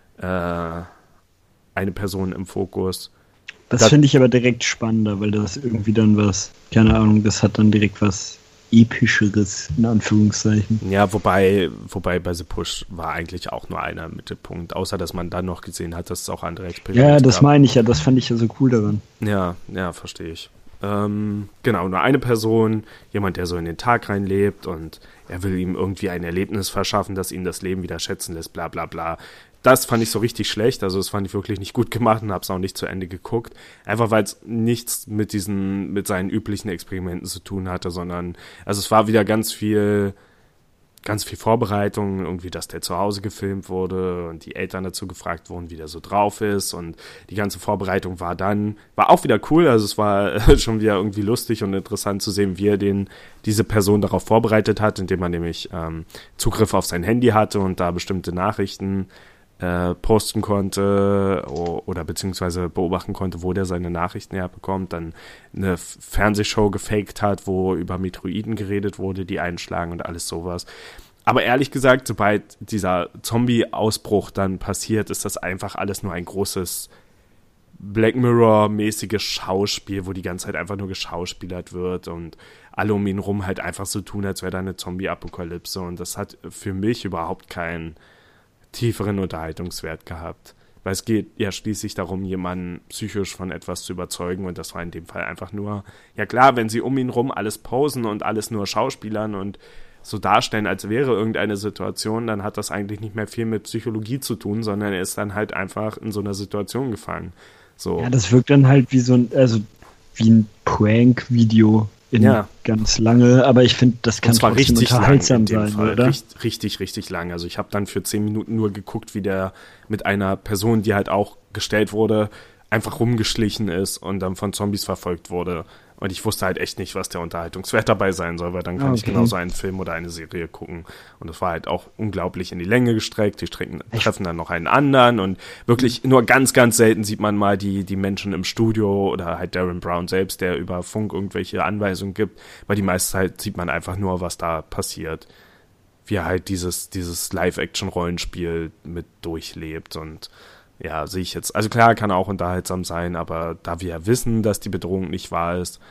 Person im Fokus. Das finde ich aber direkt spannender, weil das irgendwie dann was, keine Ahnung, das hat dann direkt was Epischeres, in Anführungszeichen. Ja, wobei bei The Push war eigentlich auch nur einer im Mittelpunkt, außer dass man dann noch gesehen hat, dass es auch andere Experimente gab. Ja, das meine ich ja, das fand ich ja so cool daran. Ja, verstehe ich. Genau, nur eine Person, jemand, der so in den Tag reinlebt und er will ihm irgendwie ein Erlebnis verschaffen, das ihm das Leben wieder schätzen lässt, bla bla bla. Das fand ich so richtig schlecht, also das fand ich wirklich nicht gut gemacht und habe es auch nicht zu Ende geguckt. Einfach weil es nichts mit seinen üblichen Experimenten zu tun hatte, sondern, also es war wieder ganz viel Vorbereitung, irgendwie, dass der zu Hause gefilmt wurde und die Eltern dazu gefragt wurden, wie der so drauf ist und die ganze Vorbereitung war auch wieder cool, also es war schon wieder irgendwie lustig und interessant zu sehen, wie er diese Person darauf vorbereitet hat, indem man nämlich Zugriff auf sein Handy hatte und da bestimmte Nachrichten posten konnte oder beziehungsweise beobachten konnte, wo der seine Nachrichten herbekommt, dann eine Fernsehshow gefaked hat, wo über Meteoriten geredet wurde, die einschlagen und alles sowas. Aber ehrlich gesagt, sobald dieser Zombie-Ausbruch dann passiert, ist das einfach alles nur ein großes Black Mirror-mäßiges Schauspiel, wo die ganze Zeit einfach nur geschauspielert wird und alle um ihn rum halt einfach so tun, als wäre da eine Zombie-Apokalypse, und das hat für mich überhaupt keinen tieferen Unterhaltungswert gehabt. Weil es geht ja schließlich darum, jemanden psychisch von etwas zu überzeugen, und das war in dem Fall einfach nur, ja klar, wenn sie um ihn rum alles posen und alles nur schauspielern und so darstellen, als wäre irgendeine Situation, dann hat das eigentlich nicht mehr viel mit Psychologie zu tun, sondern er ist dann halt einfach in so einer Situation gefangen. So. Ja, das wirkt dann halt wie wie ein Prank-Video ganz lange, aber ich finde, das kann trotzdem unterhaltsam sein, oder? Richtig lang. Also ich habe dann für 10 Minuten nur geguckt, wie der mit einer Person, die halt auch gestellt wurde, einfach rumgeschlichen ist und dann von Zombies verfolgt wurde. Und ich wusste halt echt nicht, was der Unterhaltungswert dabei sein soll, weil dann kann ich genauso einen Film oder eine Serie gucken. Und das war halt auch unglaublich in die Länge gestreckt. Die treffen dann noch einen anderen und wirklich nur ganz, ganz selten sieht man mal die Menschen im Studio oder halt Darren Brown selbst, der über Funk irgendwelche Anweisungen gibt, weil die meiste Zeit sieht man einfach nur, was da passiert. Wie er halt dieses Live-Action-Rollenspiel mit durchlebt, und ja, sehe ich jetzt. Also klar, kann auch unterhaltsam sein, aber da wir ja wissen, dass die Bedrohung nicht wahr ist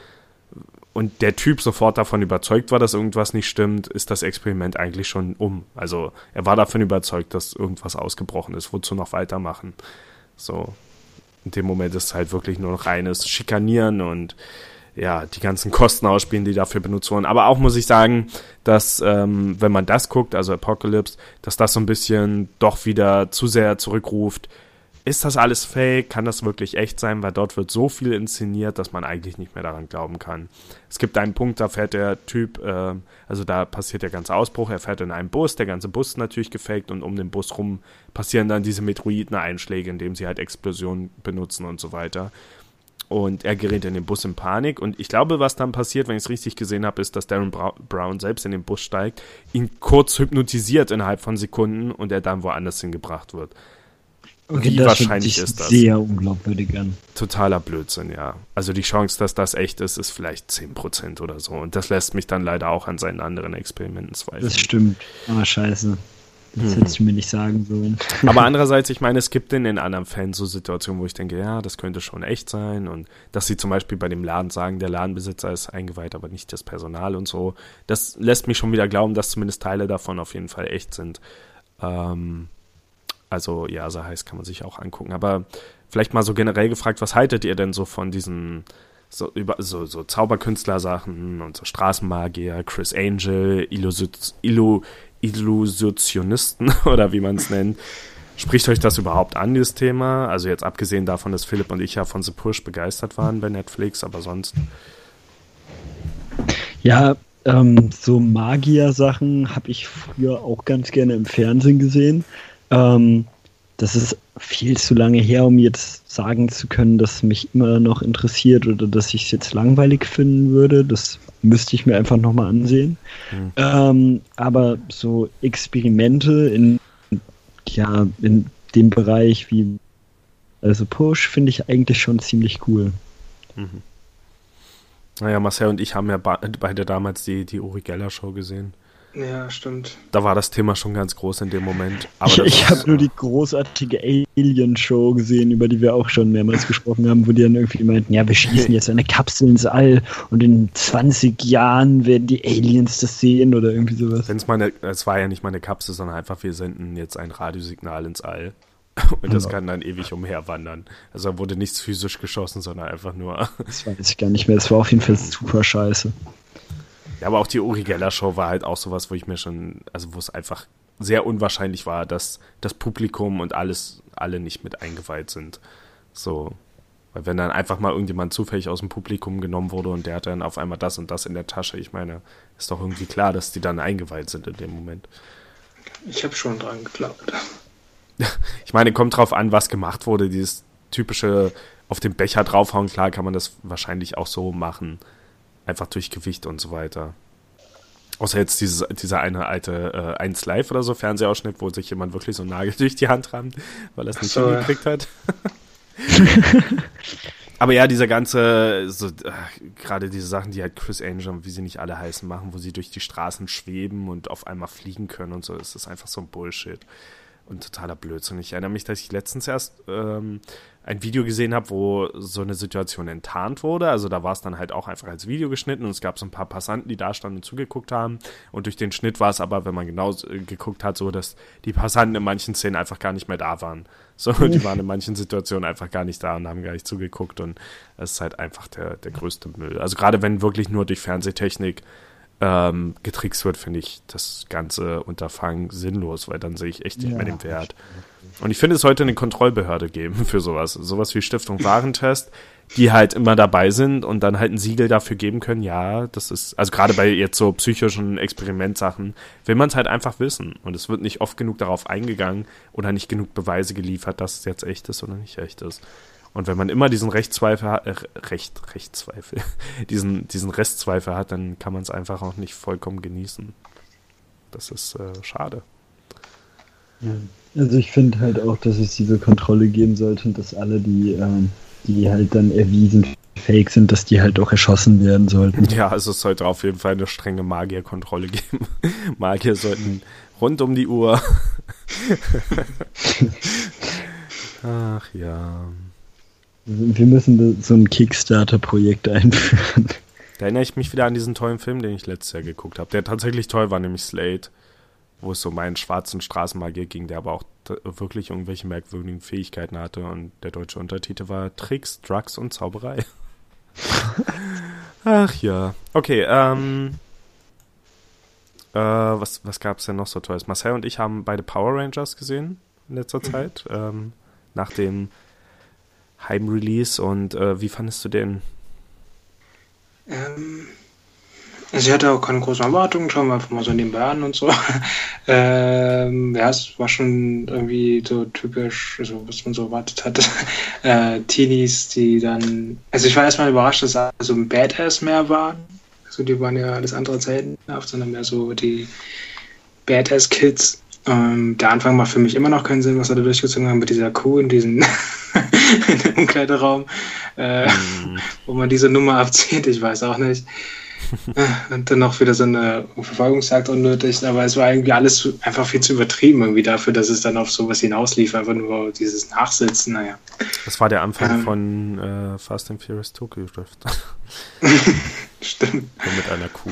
und der Typ sofort davon überzeugt war, dass irgendwas nicht stimmt, ist das Experiment eigentlich schon um. Also er war davon überzeugt, dass irgendwas ausgebrochen ist. Wozu noch weitermachen? So, in dem Moment ist es halt wirklich nur noch reines Schikanieren und ja, die ganzen Kosten ausspielen, die dafür benutzt wurden. Aber auch muss ich sagen, dass, wenn man das guckt, also Apocalypse, dass das so ein bisschen doch wieder zu sehr zurückruft. Ist das alles fake? Kann das wirklich echt sein? Weil dort wird so viel inszeniert, dass man eigentlich nicht mehr daran glauben kann. Es gibt einen Punkt, da fährt der Typ, also da passiert der ganze Ausbruch, er fährt in einem Bus, der ganze Bus ist natürlich gefaked und um den Bus rum passieren dann diese Meteoriteneinschläge, indem sie halt Explosionen benutzen und so weiter. Und er gerät in den Bus in Panik. Und ich glaube, was dann passiert, wenn ich es richtig gesehen habe, ist, dass Darren Brown selbst in den Bus steigt, ihn kurz hypnotisiert innerhalb von Sekunden und er dann woanders hingebracht wird. Okay, wie wahrscheinlich ist das? Sehr unglaubwürdig an. Totaler Blödsinn, ja. Also die Chance, dass das echt ist, ist vielleicht 10% oder so. Und das lässt mich dann leider auch an seinen anderen Experimenten zweifeln. Das stimmt. Ah, scheiße. Das hättest du mir nicht sagen sollen. Aber andererseits, ich meine, es gibt in den anderen Fällen so Situationen, wo ich denke, ja, das könnte schon echt sein. Und dass sie zum Beispiel bei dem Laden sagen, der Ladenbesitzer ist eingeweiht, aber nicht das Personal und so. Das lässt mich schon wieder glauben, dass zumindest Teile davon auf jeden Fall echt sind. Also, ja, so heißt, kann man sich auch angucken. Aber vielleicht mal so generell gefragt, was haltet ihr denn so von diesen so Zauberkünstler-Sachen und so Straßenmagier, Chris Angel, Illusionisten oder wie man es nennt. Spricht euch das überhaupt an, dieses Thema? Also jetzt abgesehen davon, dass Philipp und ich ja von The Push begeistert waren bei Netflix, aber sonst? Ja, so Magier-Sachen habe ich früher auch ganz gerne im Fernsehen gesehen. Das ist viel zu lange her, um jetzt sagen zu können, dass mich immer noch interessiert oder dass ich es jetzt langweilig finden würde. Das müsste ich mir einfach nochmal ansehen. Aber so Experimente in dem Bereich wie also Push finde ich eigentlich schon ziemlich cool. Mhm. Naja, Marcel und ich haben ja beide damals die Uri Geller Show gesehen. Ja, stimmt. Da war das Thema schon ganz groß in dem Moment. Aber ich habe nur die großartige Alien-Show gesehen, über die wir auch schon mehrmals gesprochen haben, wo die dann irgendwie meinten, ja, wir schießen jetzt eine Kapsel ins All und in 20 Jahren werden die Aliens das sehen oder irgendwie sowas. Es war ja nicht mal eine Kapsel, sondern einfach, wir senden jetzt ein Radiosignal ins All. Und das kann dann ewig umherwandern. Also da wurde nichts physisch geschossen, sondern einfach nur... Das weiß ich gar nicht mehr. Das war auf jeden Fall super scheiße. Ja, aber auch die Uri Geller Show war halt auch sowas, wo ich mir schon, also wo es einfach sehr unwahrscheinlich war, dass das Publikum und alle nicht mit eingeweiht sind. So, weil wenn dann einfach mal irgendjemand zufällig aus dem Publikum genommen wurde und der hat dann auf einmal das und das in der Tasche, ich meine, ist doch irgendwie klar, dass die dann eingeweiht sind in dem Moment. Ich habe schon dran geglaubt. Ich meine, kommt drauf an, was gemacht wurde, dieses typische auf den Becher draufhauen, klar kann man das wahrscheinlich auch so machen. Einfach durch Gewicht und so weiter. Außer jetzt dieser eine alte 1 Live oder so Fernsehausschnitt, wo sich jemand wirklich so einen Nagel durch die Hand rammt, weil er es nicht hingekriegt hat. Aber ja, dieser ganze, gerade diese Sachen, die halt Chris Angel und wie sie nicht alle heißen machen, wo sie durch die Straßen schweben und auf einmal fliegen können und so, das ist einfach so ein Bullshit und totaler Blödsinn. Ich erinnere mich, dass ich letztens erst ein Video gesehen habe, wo so eine Situation enttarnt wurde. Also da war es dann halt auch einfach als Video geschnitten und es gab so ein paar Passanten, die da standen und zugeguckt haben. Und durch den Schnitt war es aber, wenn man genau geguckt hat, so, dass die Passanten in manchen Szenen einfach gar nicht mehr da waren. So, die waren in manchen Situationen einfach gar nicht da und haben gar nicht zugeguckt. Und das ist halt einfach der größte Müll. Also gerade wenn wirklich nur durch Fernsehtechnik getrickst wird, finde ich das ganze Unterfangen sinnlos, weil dann sehe ich echt nicht mehr den Wert. Und ich finde, es sollte eine Kontrollbehörde geben für sowas. Sowas wie Stiftung Warentest, die halt immer dabei sind und dann halt ein Siegel dafür geben können, ja, das ist, also gerade bei jetzt so psychischen Experimentsachen, will man es halt einfach wissen. Und es wird nicht oft genug darauf eingegangen oder nicht genug Beweise geliefert, dass es jetzt echt ist oder nicht echt ist. Und wenn man immer diesen Rechtszweifel diesen Restzweifel hat, dann kann man es einfach auch nicht vollkommen genießen. Das ist schade. Ja. Also ich finde halt auch, dass es diese Kontrolle geben sollte und dass alle, die halt dann erwiesen fake sind, dass die halt auch erschossen werden sollten. Ja, also es sollte auf jeden Fall eine strenge Magierkontrolle geben. Magier sollten rund um die Uhr. Ach ja. Wir müssen so ein Kickstarter-Projekt einführen. Da erinnere ich mich wieder an diesen tollen Film, den ich letztes Jahr geguckt habe, der tatsächlich toll war, nämlich Slade, wo es so meinen schwarzen Straßenmagier ging, der aber auch wirklich irgendwelche merkwürdigen Fähigkeiten hatte und der deutsche Untertitel war Tricks, Drugs und Zauberei. Ach ja. Okay, was gab's denn noch so Tolles? Marcel und ich haben beide Power Rangers gesehen in letzter Zeit, nach dem Heimrelease und wie fandest du den? Also ich hatte auch keine großen Erwartungen, schauen wir einfach mal so nebenbei an und so. Ja, es war schon irgendwie so typisch, also was man so erwartet hatte. Teenies, die dann, also ich war erstmal überrascht, dass alle so ein Badass mehr waren. Also die waren ja alles andere Zeiten, sondern mehr so die Badass-Kids. Der Anfang macht für mich immer noch keinen Sinn, was er da durchgezogen haben mit dieser Kuh in diesem in dem Umkleideraum, wo man diese Nummer abzieht, ich weiß auch nicht. Und dann noch wieder so eine Verfolgungsjagd unnötig, aber es war irgendwie alles einfach viel zu übertrieben irgendwie dafür, dass es dann auf sowas hinauslief, einfach nur dieses Nachsitzen, naja. Das war der Anfang von Fast and Furious Tokyo Drift. Stimmt. So mit einer Kuh.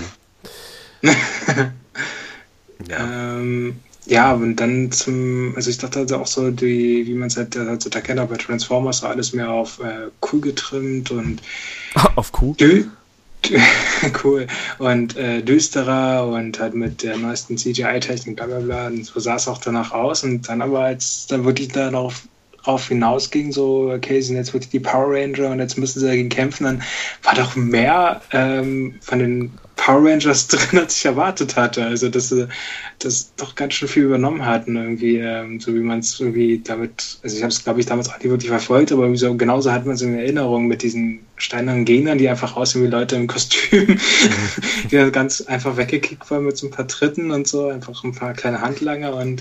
Ja. Ja, und dann also ich dachte also auch so, wie man es halt so da kennt, bei Transformers war alles mehr auf cool getrimmt und auf cool? Cool. Und düsterer und halt mit der neuesten CGI-Technik, bla bla bla. Und so sah es auch danach aus. Und dann aber, als dann wirklich darauf hinausging, so, okay, sind jetzt wirklich die Power Ranger und jetzt müssen sie dagegen kämpfen, dann war doch mehr von den Power Rangers drin, als ich erwartet hatte. Also, dass sie das doch ganz schön viel übernommen hatten, irgendwie, so wie man es irgendwie damit, also ich habe es, glaube ich, damals auch nicht wirklich verfolgt, aber so, genauso hat man es in Erinnerung mit diesen steinernen Gegnern, die einfach aussehen wie Leute im Kostüm, die dann ganz einfach weggekickt waren mit so ein paar Tritten und so, einfach ein paar kleine Handlanger und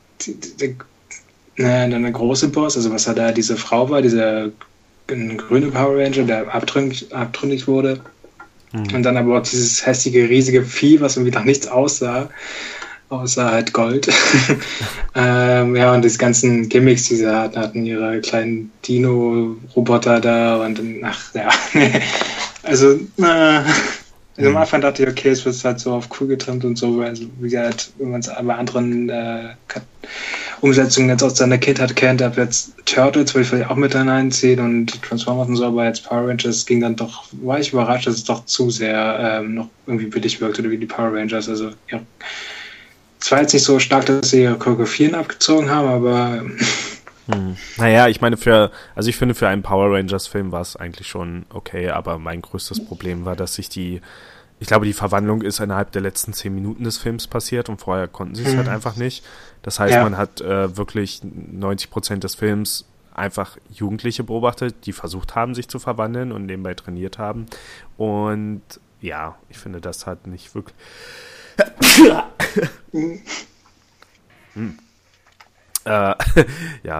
dann der große Boss, also was da diese Frau war, dieser grüne Power Ranger, der abtrünnig wurde. Und dann aber auch dieses hässliche, riesige Vieh, was irgendwie nach nichts aussah, außer halt Gold. Ja, und diese ganzen Gimmicks, die sie hatten ihre kleinen Dino-Roboter da und dann, ach ja, also am Anfang dachte ich, okay, es wird halt so auf cool getrimmt und so, also wie halt, wenn man es bei anderen Umsetzungen jetzt aus seiner Kindheit kennt, ab jetzt Turtles würde ich vielleicht auch mit hineinziehen und Transformers und so, aber jetzt Power Rangers ging dann doch, war ich überrascht, dass es doch zu sehr noch irgendwie billig wirkte, oder wie die Power Rangers, also ja. Es war jetzt nicht so stark, dass sie ihre Choreografien abgezogen haben, aber Naja, ich meine, ich finde, für einen Power Rangers Film war es eigentlich schon okay, aber mein größtes Problem war, dass ich glaube, die Verwandlung ist innerhalb der letzten 10 Minuten des Films passiert und vorher konnten sie es halt einfach nicht. Das heißt, man hat wirklich 90% des Films einfach Jugendliche beobachtet, die versucht haben, sich zu verwandeln und nebenbei trainiert haben. Und ja, ich finde, das hat nicht Ja,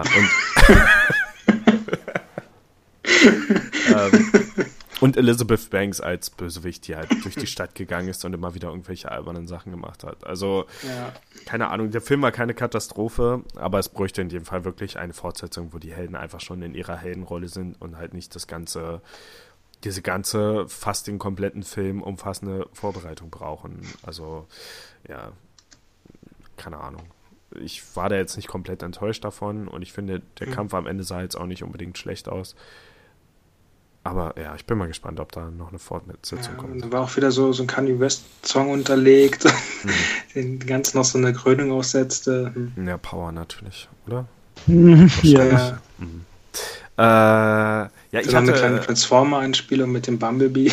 und Elizabeth Banks als Bösewicht, die halt durch die Stadt gegangen ist und immer wieder irgendwelche albernen Sachen gemacht hat. Also, keine Ahnung, der Film war keine Katastrophe, aber es bräuchte in jedem Fall wirklich eine Fortsetzung, wo die Helden einfach schon in ihrer Heldenrolle sind und halt nicht diese ganze, fast den kompletten Film umfassende Vorbereitung brauchen. Also, ja, keine Ahnung. Ich war da jetzt nicht komplett enttäuscht davon und ich finde, der Kampf am Ende sah jetzt auch nicht unbedingt schlecht aus. Aber ja, ich bin mal gespannt, ob da noch eine Fortsetzung kommt. Da war auch wieder so ein Kanye West-Song unterlegt, den ganz noch so eine Krönung aussetzte. Ja, Power natürlich, oder? Ja. Ich hatte eine kleine Transformer-Einspielung mit dem Bumblebee.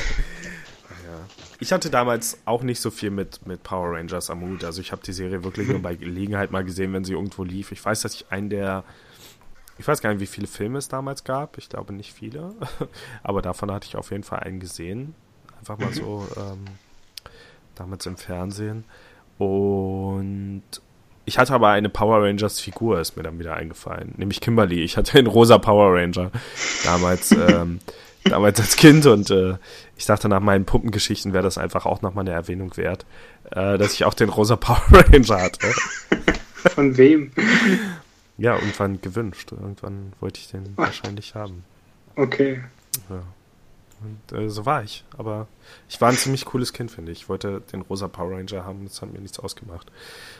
Ich hatte damals auch nicht so viel mit Power Rangers am Hut. Also ich habe die Serie wirklich nur bei Gelegenheit mal gesehen, wenn sie irgendwo lief. Ich weiß, dass ich ich weiß gar nicht, wie viele Filme es damals gab. Ich glaube nicht viele. Aber davon hatte ich auf jeden Fall einen gesehen. Einfach mal so damals im Fernsehen. Und ich hatte aber eine Power Rangers Figur, ist mir dann wieder eingefallen. Nämlich Kimberly. Ich hatte einen rosa Power Ranger damals als Kind und ich dachte, nach meinen Puppengeschichten wäre das einfach auch nochmal eine Erwähnung wert, dass ich auch den rosa Power Ranger hatte. Von wem? Ja, irgendwann gewünscht. Irgendwann wollte ich den wahrscheinlich haben. Okay. Ja. Und so war ich. Aber ich war ein ziemlich cooles Kind, finde ich. Ich wollte den rosa Power Ranger haben, das hat mir nichts ausgemacht.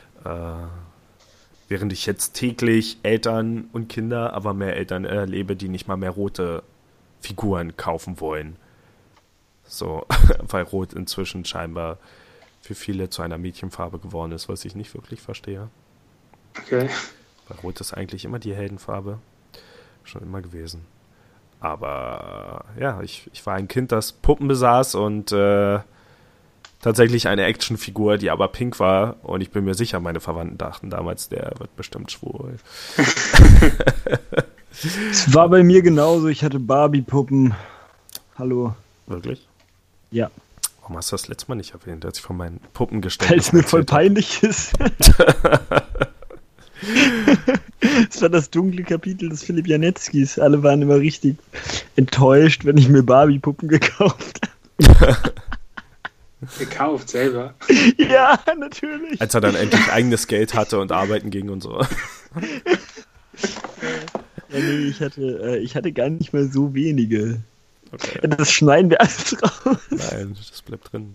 Während ich jetzt täglich Eltern und Kinder, aber mehr Eltern erlebe, die nicht mal mehr rote Figuren kaufen wollen. So, weil Rot inzwischen scheinbar für viele zu einer Mädchenfarbe geworden ist, was ich nicht wirklich verstehe. Okay. Weil Rot ist eigentlich immer die Heldenfarbe. Schon immer gewesen. Aber ja, ich war ein Kind, das Puppen besaß und tatsächlich eine Actionfigur, die aber pink war. Und ich bin mir sicher, meine Verwandten dachten damals, der wird bestimmt schwul. Es war bei mir genauso, ich hatte Barbie-Puppen. Hallo. Wirklich? Ja. Warum hast du das letzte Mal nicht erwähnt, als ich von meinen Puppen gestellt habe? Weil es mir voll peinlich ist. Das war das dunkle Kapitel des Philipp Janeckis. Alle waren immer richtig enttäuscht, wenn ich mir Barbie-Puppen gekauft habe. Gekauft selber? Ja, natürlich. Als er dann endlich eigenes Geld hatte und arbeiten ging und so. Ja, nee, ich hatte gar nicht mal so wenige. Okay. Das schneiden wir alles raus. Nein, das bleibt drin.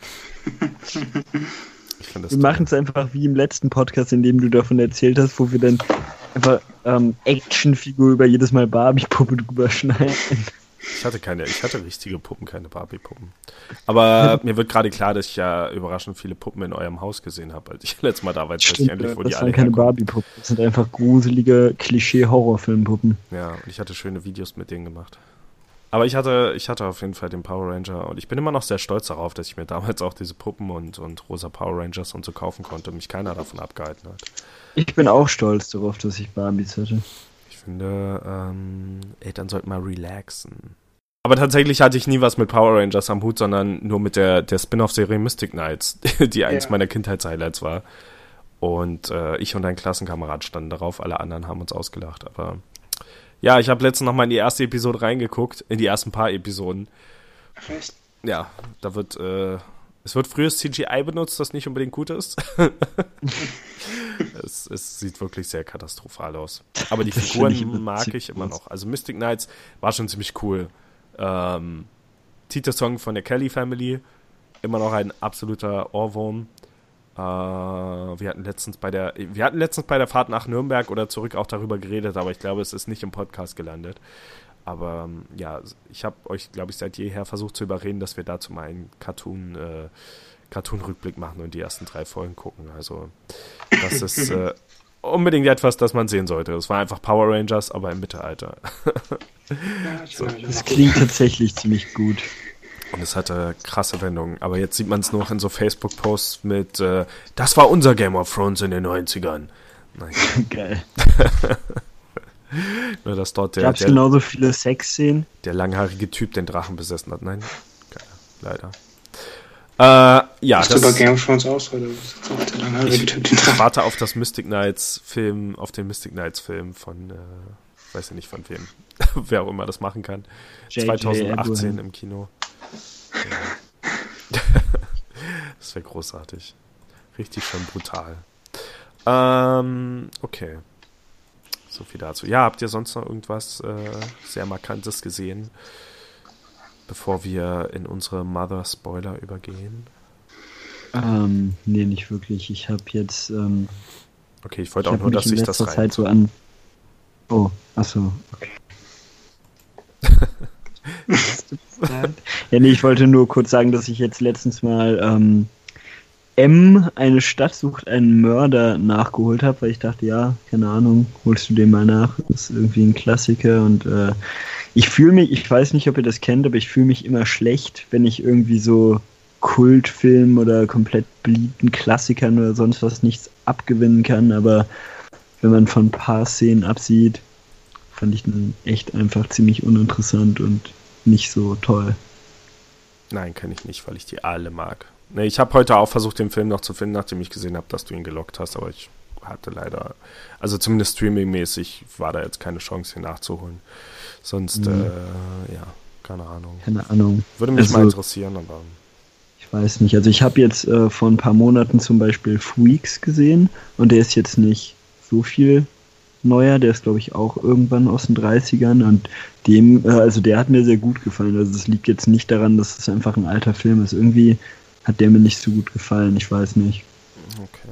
Wir machen es einfach wie im letzten Podcast, in dem du davon erzählt hast, wo wir dann einfach Actionfigur über jedes Mal Barbie-Puppe drüber schneiden. Ich hatte richtige Puppen, keine Barbie-Puppen. Aber mir wird gerade klar, dass ich ja überraschend viele Puppen in eurem Haus gesehen habe, als ich letztes Mal da war. Jetzt endlich, wo das die waren alle keine herkommen. Barbie-Puppen, das sind einfach gruselige Klischee-Horrorfilm-Puppen. Ja, und ich hatte schöne Videos mit denen gemacht. Aber ich hatte auf jeden Fall den Power Ranger und ich bin immer noch sehr stolz darauf, dass ich mir damals auch diese Puppen und rosa Power Rangers und so kaufen konnte und mich keiner davon abgehalten hat. Ich bin auch stolz darauf, dass ich Barbies hatte. Ich finde, Eltern sollten mal relaxen. Aber tatsächlich hatte ich nie was mit Power Rangers am Hut, sondern nur mit der Spin-off-Serie Mystic Knights, die eins meiner Kindheitshighlights war. Und ich und ein Klassenkamerad standen darauf, alle anderen haben uns ausgelacht, aber ja, ich habe letztens nochmal in die erste Episode reingeguckt, in die ersten paar Episoden. Ach, echt? Ja, da wird, es wird frühes CGI benutzt, das nicht unbedingt gut ist. Es sieht wirklich sehr katastrophal aus. Aber die Figuren mag ich immer noch. Also Mystic Knights war schon ziemlich cool. Titelsong von der Kelly Family, immer noch ein absoluter Ohrwurm. Wir hatten letztens bei der Fahrt nach Nürnberg oder zurück auch darüber geredet, aber ich glaube, es ist nicht im Podcast gelandet. Aber ja, ich habe euch, glaube ich, seit jeher versucht zu überreden, dass wir dazu mal einen Cartoon-Rückblick machen und die ersten 3 Folgen gucken. Also das ist unbedingt etwas, das man sehen sollte. Es war einfach Power Rangers, aber im Mittelalter. Ja, das klingt tatsächlich ziemlich gut. Und es hatte krasse Wendungen. Aber jetzt sieht man es noch in so Facebook-Posts mit das war unser Game of Thrones in den 90ern. Nein. Geil. Nur, dass dort Gab's genauso viele Sexszenen? Der langhaarige Typ den Drachen besessen hat. Nein, leider. Ja, das bei Game of Thrones aus, oder ich warte auf das Mystic Knights Film, auf den Mystic Knights Film von, weiß ja nicht von wem, wer auch immer das machen kann. 2018 im Kino. Ja. Das wäre großartig. Richtig schön brutal. Okay. So viel dazu. Ja, habt ihr sonst noch irgendwas sehr Markantes gesehen, bevor wir in unsere Mother-Spoiler übergehen? Nee, nicht wirklich. Ich habe jetzt okay, ich wollte auch nur, dass sich das rein... Zeit so an... Oh, achso, okay. Ja, nee, ich wollte nur kurz sagen, dass ich jetzt letztens mal eine Stadt sucht einen Mörder nachgeholt habe, weil ich dachte, ja, keine Ahnung, holst du den mal nach. Das ist irgendwie ein Klassiker und ich fühle mich, ich weiß nicht, ob ihr das kennt, aber ich fühle mich immer schlecht, wenn ich irgendwie so Kultfilm oder komplett beliebten Klassikern oder sonst was nichts abgewinnen kann, aber wenn man von ein paar Szenen absieht, fand ich den echt einfach ziemlich uninteressant und nicht so toll. Nein, kann ich nicht, weil ich die alle mag. Nee, ich habe heute auch versucht, den Film noch zu finden, nachdem ich gesehen habe, dass du ihn gelockt hast, aber ich hatte leider, also zumindest streamingmäßig war da jetzt keine Chance, ihn nachzuholen. Sonst, ja, keine Ahnung. Keine Ahnung. Würde mich mal interessieren, aber... Ich weiß nicht, also ich habe jetzt vor ein paar Monaten zum Beispiel Freaks gesehen und der ist jetzt nicht so viel neuer, der ist glaube ich auch irgendwann aus den 30ern und also der hat mir sehr gut gefallen, also es liegt jetzt nicht daran, dass es einfach ein alter Film ist, irgendwie hat der mir nicht so gut gefallen, ich weiß nicht. Okay.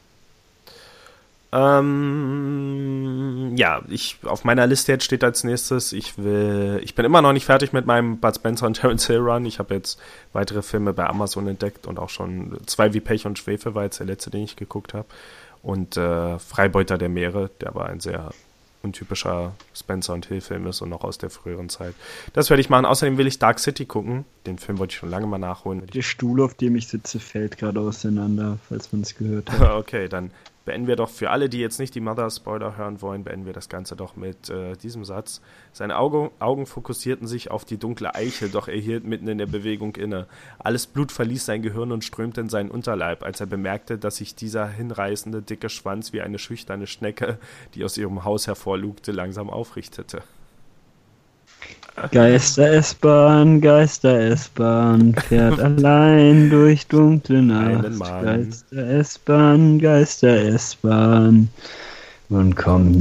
Ja, auf meiner Liste jetzt steht als nächstes, ich bin immer noch nicht fertig mit meinem Bud Spencer und Terence Hill Run. Ich habe jetzt weitere Filme bei Amazon entdeckt und auch schon 2 wie Pech und Schwefel war jetzt der letzte, den ich geguckt habe. Und Freibeuter der Meere, der aber ein sehr untypischer Spencer und Hill Film ist und noch aus der früheren Zeit. Das werde ich machen. Außerdem will ich Dark City gucken. Den Film wollte ich schon lange mal nachholen. Der Stuhl, auf dem ich sitze, fällt gerade auseinander, falls man es gehört hat. Okay, dann beenden wir doch für alle, die jetzt nicht die Mother-Spoiler hören wollen, beenden wir das Ganze doch mit diesem Satz. Seine Augen fokussierten sich auf die dunkle Eichel, doch er hielt mitten in der Bewegung inne. Alles Blut verließ sein Gehirn und strömte in seinen Unterleib, als er bemerkte, dass sich dieser hinreißende, dicke Schwanz wie eine schüchterne Schnecke, die aus ihrem Haus hervorlugte, langsam aufrichtete. Geister-S-Bahn, fährt allein durch dunkle Nacht. Geister-S-Bahn und kommt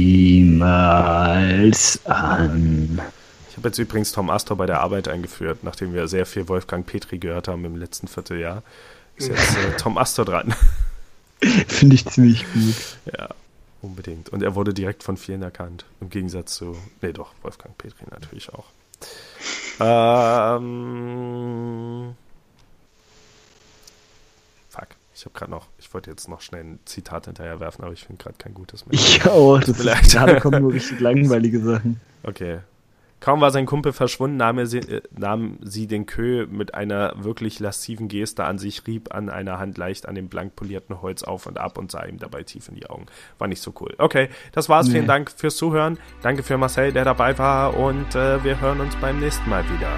niemals an. Ich habe jetzt übrigens Tom Astor bei der Arbeit eingeführt, nachdem wir sehr viel Wolfgang Petri gehört haben im letzten Vierteljahr. Ist jetzt Tom Astor dran. Finde ich ziemlich gut. Ja. Unbedingt. Und er wurde direkt von vielen erkannt. Im Gegensatz zu... Nee, doch, Wolfgang Petri natürlich auch. Fuck. Ich wollte jetzt noch schnell ein Zitat hinterher werfen, aber ich finde gerade kein gutes mehr. Ich auch. Da kommen nur richtig langweilige Sachen. Okay. Kaum war sein Kumpel verschwunden, nahm sie den Queue mit einer wirklich lasziven Geste an sich, rieb an einer Hand leicht an dem blank polierten Holz auf und ab und sah ihm dabei tief in die Augen. War nicht so cool. Okay, das war's. Nee. Vielen Dank fürs Zuhören. Danke für Marcel, der dabei war und wir hören uns beim nächsten Mal wieder.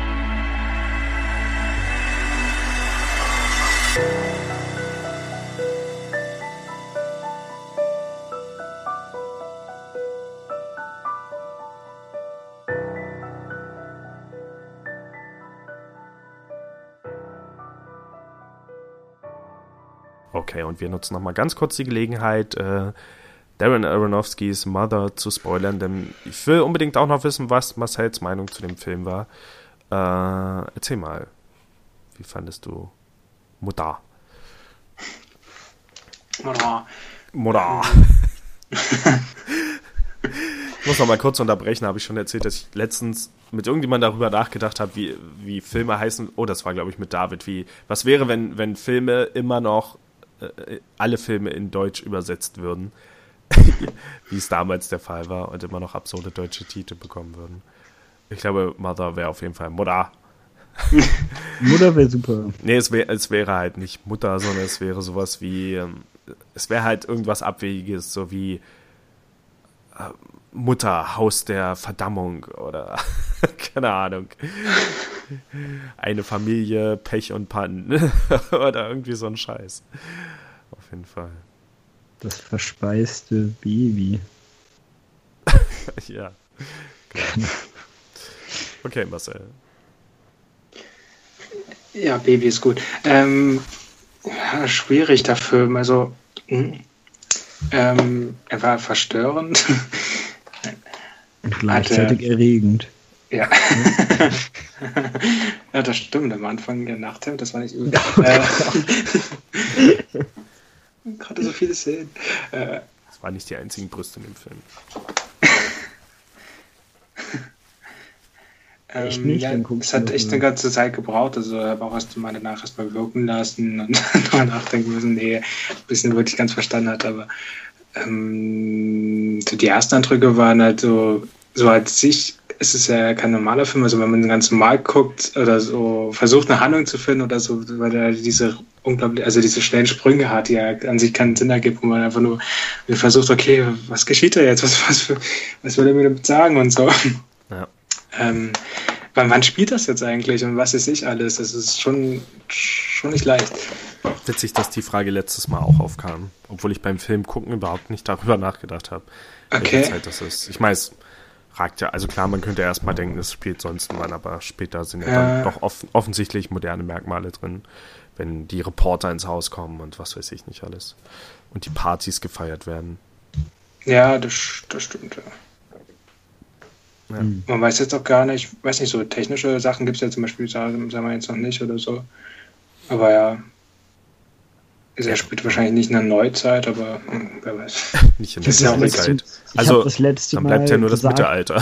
Okay, und wir nutzen nochmal ganz kurz die Gelegenheit, Darren Aronofskys Mother zu spoilern, denn ich will unbedingt auch noch wissen, was Marcells Meinung zu dem Film war. Erzähl mal, wie fandest du Mutter? Mutter. Ich muss noch mal kurz unterbrechen, habe ich schon erzählt, dass ich letztens mit irgendjemandem darüber nachgedacht habe, wie Filme heißen. Oh, das war, glaube ich, mit David. Was wäre, wenn Filme immer noch alle Filme in Deutsch übersetzt würden, wie es damals der Fall war und immer noch absurde deutsche Titel bekommen würden. Ich glaube, Mother wäre auf jeden Fall Mutter. Mutter wäre super. Nee, es wäre halt nicht Mutter, sondern es wäre sowas wie, es wäre halt irgendwas Abwegiges, so wie Mutter, Haus der Verdammung oder keine Ahnung. Eine Familie, Pech und Pannen. Oder irgendwie so ein Scheiß. Auf jeden Fall. Das verspeiste Baby. Ja. Okay, Marcel. Ja, Baby ist gut. Ja, schwierig der Film. Also, er war verstörend. Und gleichzeitig erregend. Ja. Ja, das stimmt. Am Anfang der Nacht, das war nicht übel. Gerade so viele Szenen. Das waren nicht die einzigen Brüste in dem Film. Echt nicht? Ja, es hat echt eine ganze Zeit gebraucht. Also, ich habe auch mal danach erstmal wirken lassen und darüber nachdenken müssen. Nee, bis ich ihn wirklich ganz verstanden hat. Aber so die ersten Eindrücke waren halt so als sich. Es ist ja kein normaler Film, also wenn man ganz normal guckt oder so versucht eine Handlung zu finden oder so, weil er diese diese schnellen Sprünge hat, die ja an sich keinen Sinn ergibt, wo man einfach nur versucht, okay, was geschieht da jetzt, was will er mir damit sagen und so. Ja. Wann spielt das jetzt eigentlich und was ist ich alles? Das ist schon nicht leicht. Witzig, dass die Frage letztes Mal auch aufkam, obwohl ich beim Film gucken überhaupt nicht darüber nachgedacht habe, welche Zeit das ist. Ich meine, es ragt ja, also klar, man könnte erstmal denken, es spielt sonst wann, aber später sind ja dann doch offensichtlich moderne Merkmale drin, wenn die Reporter ins Haus kommen und was weiß ich nicht alles. Und die Partys gefeiert werden. Ja, das stimmt, ja. Ja. Man weiß jetzt auch gar nicht, weiß nicht, so technische Sachen gibt es ja zum Beispiel, sagen wir jetzt noch nicht oder so. Aber ja, er spielt wahrscheinlich nicht in der Neuzeit, aber wer weiß. Nicht in der Neuzeit. Also, dann bleibt ja nur das Mittelalter.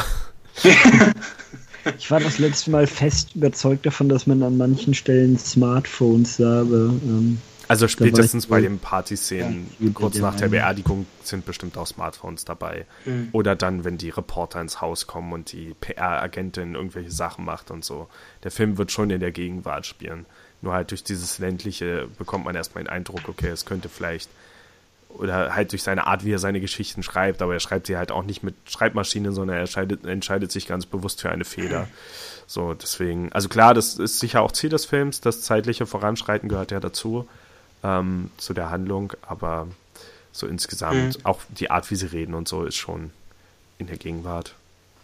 Ich war das letzte Mal fest überzeugt davon, dass man an manchen Stellen Smartphones sah. Also spätestens bei den Partyszenen, kurz nach der Beerdigung, sind bestimmt auch Smartphones dabei. Mhm. Oder dann, wenn die Reporter ins Haus kommen und die PR-Agentin irgendwelche Sachen macht und so. Der Film wird schon in der Gegenwart spielen. Nur halt durch dieses Ländliche bekommt man erstmal den Eindruck, okay, es könnte vielleicht, oder halt durch seine Art, wie er seine Geschichten schreibt, aber er schreibt sie halt auch nicht mit Schreibmaschine, sondern er entscheidet sich ganz bewusst für eine Feder. So, deswegen, also klar, das ist sicher auch Ziel des Films, das zeitliche Voranschreiten gehört ja dazu, zu der Handlung, aber so insgesamt, auch die Art, wie sie reden und so, ist schon in der Gegenwart.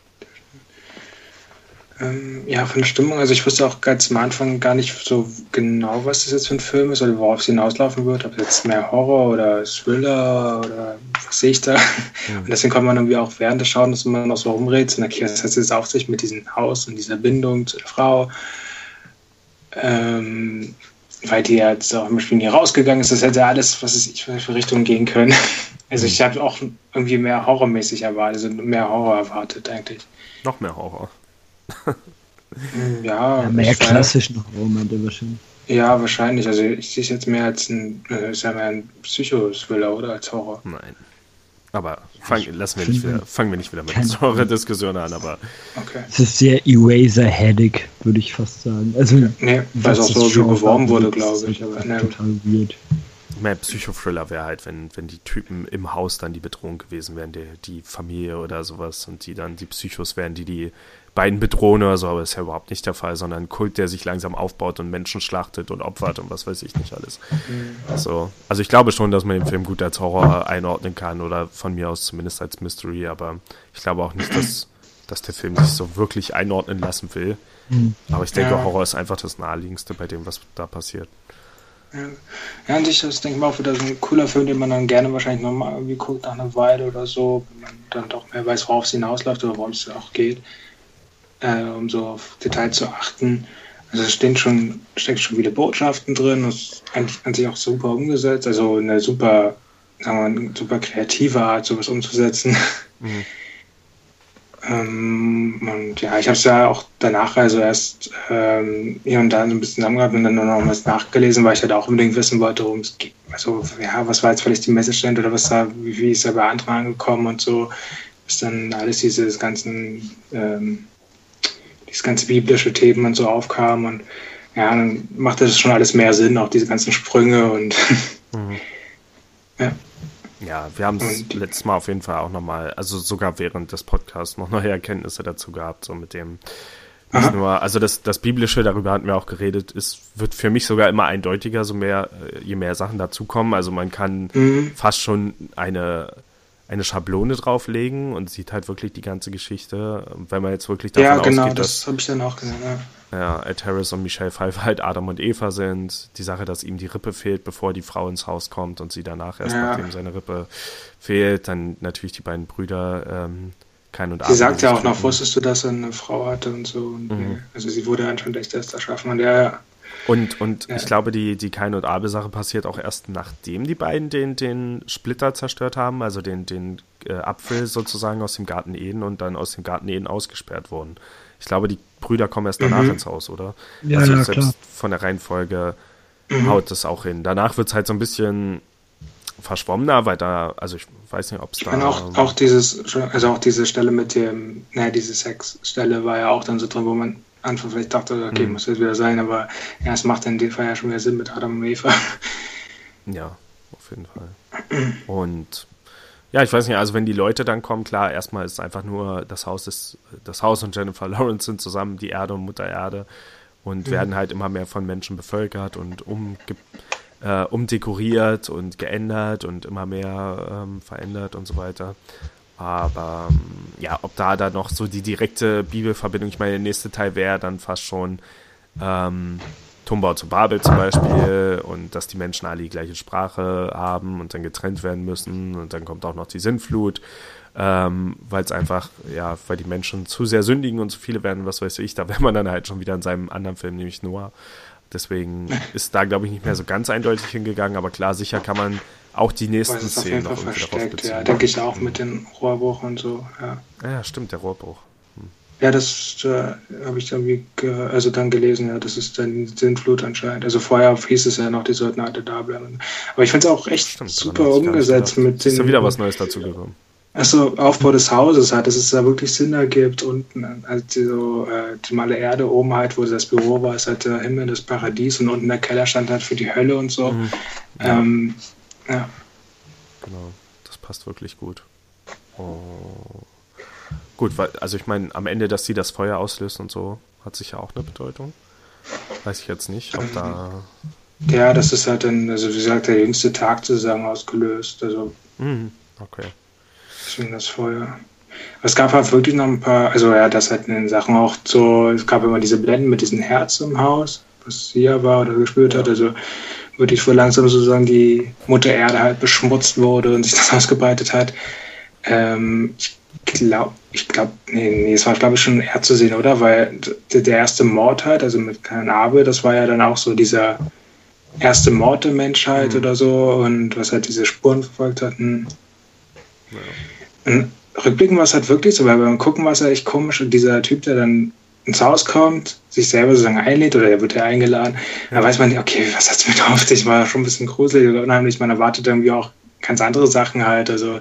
Ja, von der Stimmung, also ich wusste auch ganz am Anfang gar nicht so genau, was das jetzt für ein Film ist oder worauf es hinauslaufen wird, ob jetzt mehr Horror oder Thriller oder was sehe ich da. Und deswegen kann man irgendwie auch während des Schauens immer noch so rumrätseln, okay, was hat es jetzt auf sich mit diesem Haus und dieser Bindung zu der Frau, weil die jetzt auch im Spiel nie rausgegangen ist, das hätte alles, was es für Richtungen gehen können. Also ich habe auch irgendwie mehr horrormäßig erwartet, also mehr Horror erwartet eigentlich. Noch mehr Horror. Ja, mehr klassischen Horror-Momente wahrscheinlich. Ja, wahrscheinlich. Also ich sehe es jetzt mehr als ein Psychothriller oder als Horror. Nein. Aber fangen wir nicht wieder mit der Genre-Diskussion an, aber okay. Es ist sehr Eraser-headig, würde ich fast sagen. Also, nee, weil es auch so beworben wurde, glaube ich. Aber total weird. Mehr Psychothriller wäre halt, wenn die Typen im Haus dann die Bedrohung gewesen wären, die Familie oder sowas, und die dann die Psychos wären, die beiden bedrohen oder so, aber das ist ja überhaupt nicht der Fall, sondern ein Kult, der sich langsam aufbaut und Menschen schlachtet und opfert und was weiß ich nicht alles. So, also ich glaube schon, dass man den Film gut als Horror einordnen kann oder von mir aus zumindest als Mystery, aber ich glaube auch nicht, dass der Film sich so wirklich einordnen lassen will. Aber ich denke, Horror ist einfach das Naheliegendste bei dem, was da passiert. Ja, und ich denke mal auch wieder so ein cooler Film, den man dann gerne wahrscheinlich nochmal irgendwie guckt nach einer Weile oder so, wenn man dann doch mehr weiß, worauf es hinausläuft oder worum es auch geht, um so auf Details zu achten. Also es steckt schon viele Botschaften drin, das ist eigentlich an sich auch super umgesetzt, also eine super kreative Art, sowas umzusetzen. Und ja, ich habe es ja auch danach also erst hier und da so ein bisschen zusammengehabt und dann noch was nachgelesen, weil ich halt auch unbedingt wissen wollte, worum es geht. Also ja, was war jetzt vielleicht die Message oder wie ist er bei anderen angekommen und so, bis dann alles dieses ganze biblische Themen und so aufkam und ja, dann machte das schon alles mehr Sinn, auch diese ganzen Sprünge und ja. Ja, wir haben es letztes Mal auf jeden Fall auch nochmal, also sogar während des Podcasts noch neue Erkenntnisse dazu gehabt, so mit dem Nicht nur, also das Biblische, darüber hatten wir auch geredet, wird für mich sogar immer eindeutiger, je mehr Sachen dazukommen. Also man kann fast schon eine Schablone drauflegen und sieht halt wirklich die ganze Geschichte. Wenn man jetzt wirklich davon ausgeht, genau, das habe ich dann auch gesehen, Ed Harris und Michelle Pfeiffer halt Adam und Eva sind. Die Sache, dass ihm die Rippe fehlt, bevor die Frau ins Haus kommt und sie danach erst, nachdem seine Rippe fehlt. Dann natürlich die beiden Brüder, Kain und Abel. Sie sagt ja auch noch, wusstest du, dass er eine Frau hatte und so. Und also sie wurde anscheinend echt erst erschaffen. Und Und ich glaube, die Kain und Abel-Sache passiert auch erst, nachdem die beiden den Splitter zerstört haben, also den Apfel sozusagen aus dem Garten Eden und dann aus dem Garten Eden ausgesperrt wurden. Ich glaube, die Brüder kommen erst danach ins Haus, oder? Ja, also ja, selbst klar. von der Reihenfolge haut das auch hin. Danach wird es halt so ein bisschen verschwommener, weil da, also ich weiß nicht, ob es da... auch diese Stelle mit dem, diese Sexstelle war ja auch dann so drin, wo man Anfang vielleicht dachte, okay, muss jetzt wieder sein, aber ja, es macht in dem Fall ja schon wieder Sinn mit Adam und Eva. Ja, auf jeden Fall. Und ja, ich weiß nicht, also wenn die Leute dann kommen, klar, erstmal ist es einfach nur, das Haus und Jennifer Lawrence sind zusammen die Erde und Mutter Erde und werden halt immer mehr von Menschen bevölkert und umdekoriert und geändert und immer mehr verändert und so weiter. Aber ja, ob da noch so die direkte Bibelverbindung, ich meine, der nächste Teil wäre dann fast schon Turmbau zu Babel zum Beispiel und dass die Menschen alle die gleiche Sprache haben und dann getrennt werden müssen und dann kommt auch noch die Sintflut, weil es einfach, ja, weil die Menschen zu sehr sündigen und zu viele werden, was weiß ich, da wäre man dann halt schon wieder in seinem anderen Film, nämlich Noah. Deswegen ist da, glaube ich, nicht mehr so ganz eindeutig hingegangen, aber klar, sicher kann man auch die nächsten Szenen noch irgendwie darauf beziehen. Ja, denke ich auch mit dem Rohrbruch und so, ja. Ja, stimmt, der Rohrbruch. Ja, das habe ich irgendwie dann gelesen, ja, das ist dann Sintflut anscheinend. Also vorher hieß es ja noch, die sollten alle da bleiben. Aber ich finde es auch echt super umgesetzt mit den... Ist ja wieder was Neues dazu gekommen. Also Aufbau des Hauses halt, dass es da wirklich Sinn ergibt. Unten, also die normale Erde, oben halt, wo das Büro war, ist halt der Himmel, das Paradies und unten der Keller stand halt für die Hölle und so. Ja. Genau, das passt wirklich gut. Oh. Gut, weil, also ich meine, am Ende, dass sie das Feuer auslöst und so, hat sicher auch eine Bedeutung. Weiß ich jetzt nicht, ob da... Ja, das ist halt dann, also wie gesagt, der jüngste Tag sozusagen ausgelöst. Also okay. Deswegen das Feuer. Aber es gab halt wirklich noch ein paar, also ja, das halt in den Sachen auch so, es gab immer diese Blenden mit diesem Herz im Haus, was sie ja war oder gespürt hat, also wirklich vor langsam sozusagen die Mutter Erde halt beschmutzt wurde und sich das ausgebreitet hat. Es war glaube ich schon eher zu sehen, oder? Weil der erste Mord halt, also mit Kain und Abel, das war ja dann auch so dieser erste Mord der Menschheit oder so und was halt diese Spuren verfolgt hatten. Und rückblickend war es halt wirklich so, weil beim Gucken war es halt echt komisch und dieser Typ, der dann ins Haus kommt, sich selber sozusagen einlädt oder er wird ja eingeladen, da weiß man nicht, okay, was hat's mit auf sich, war schon ein bisschen gruselig oder unheimlich, man erwartet irgendwie auch ganz andere Sachen halt, also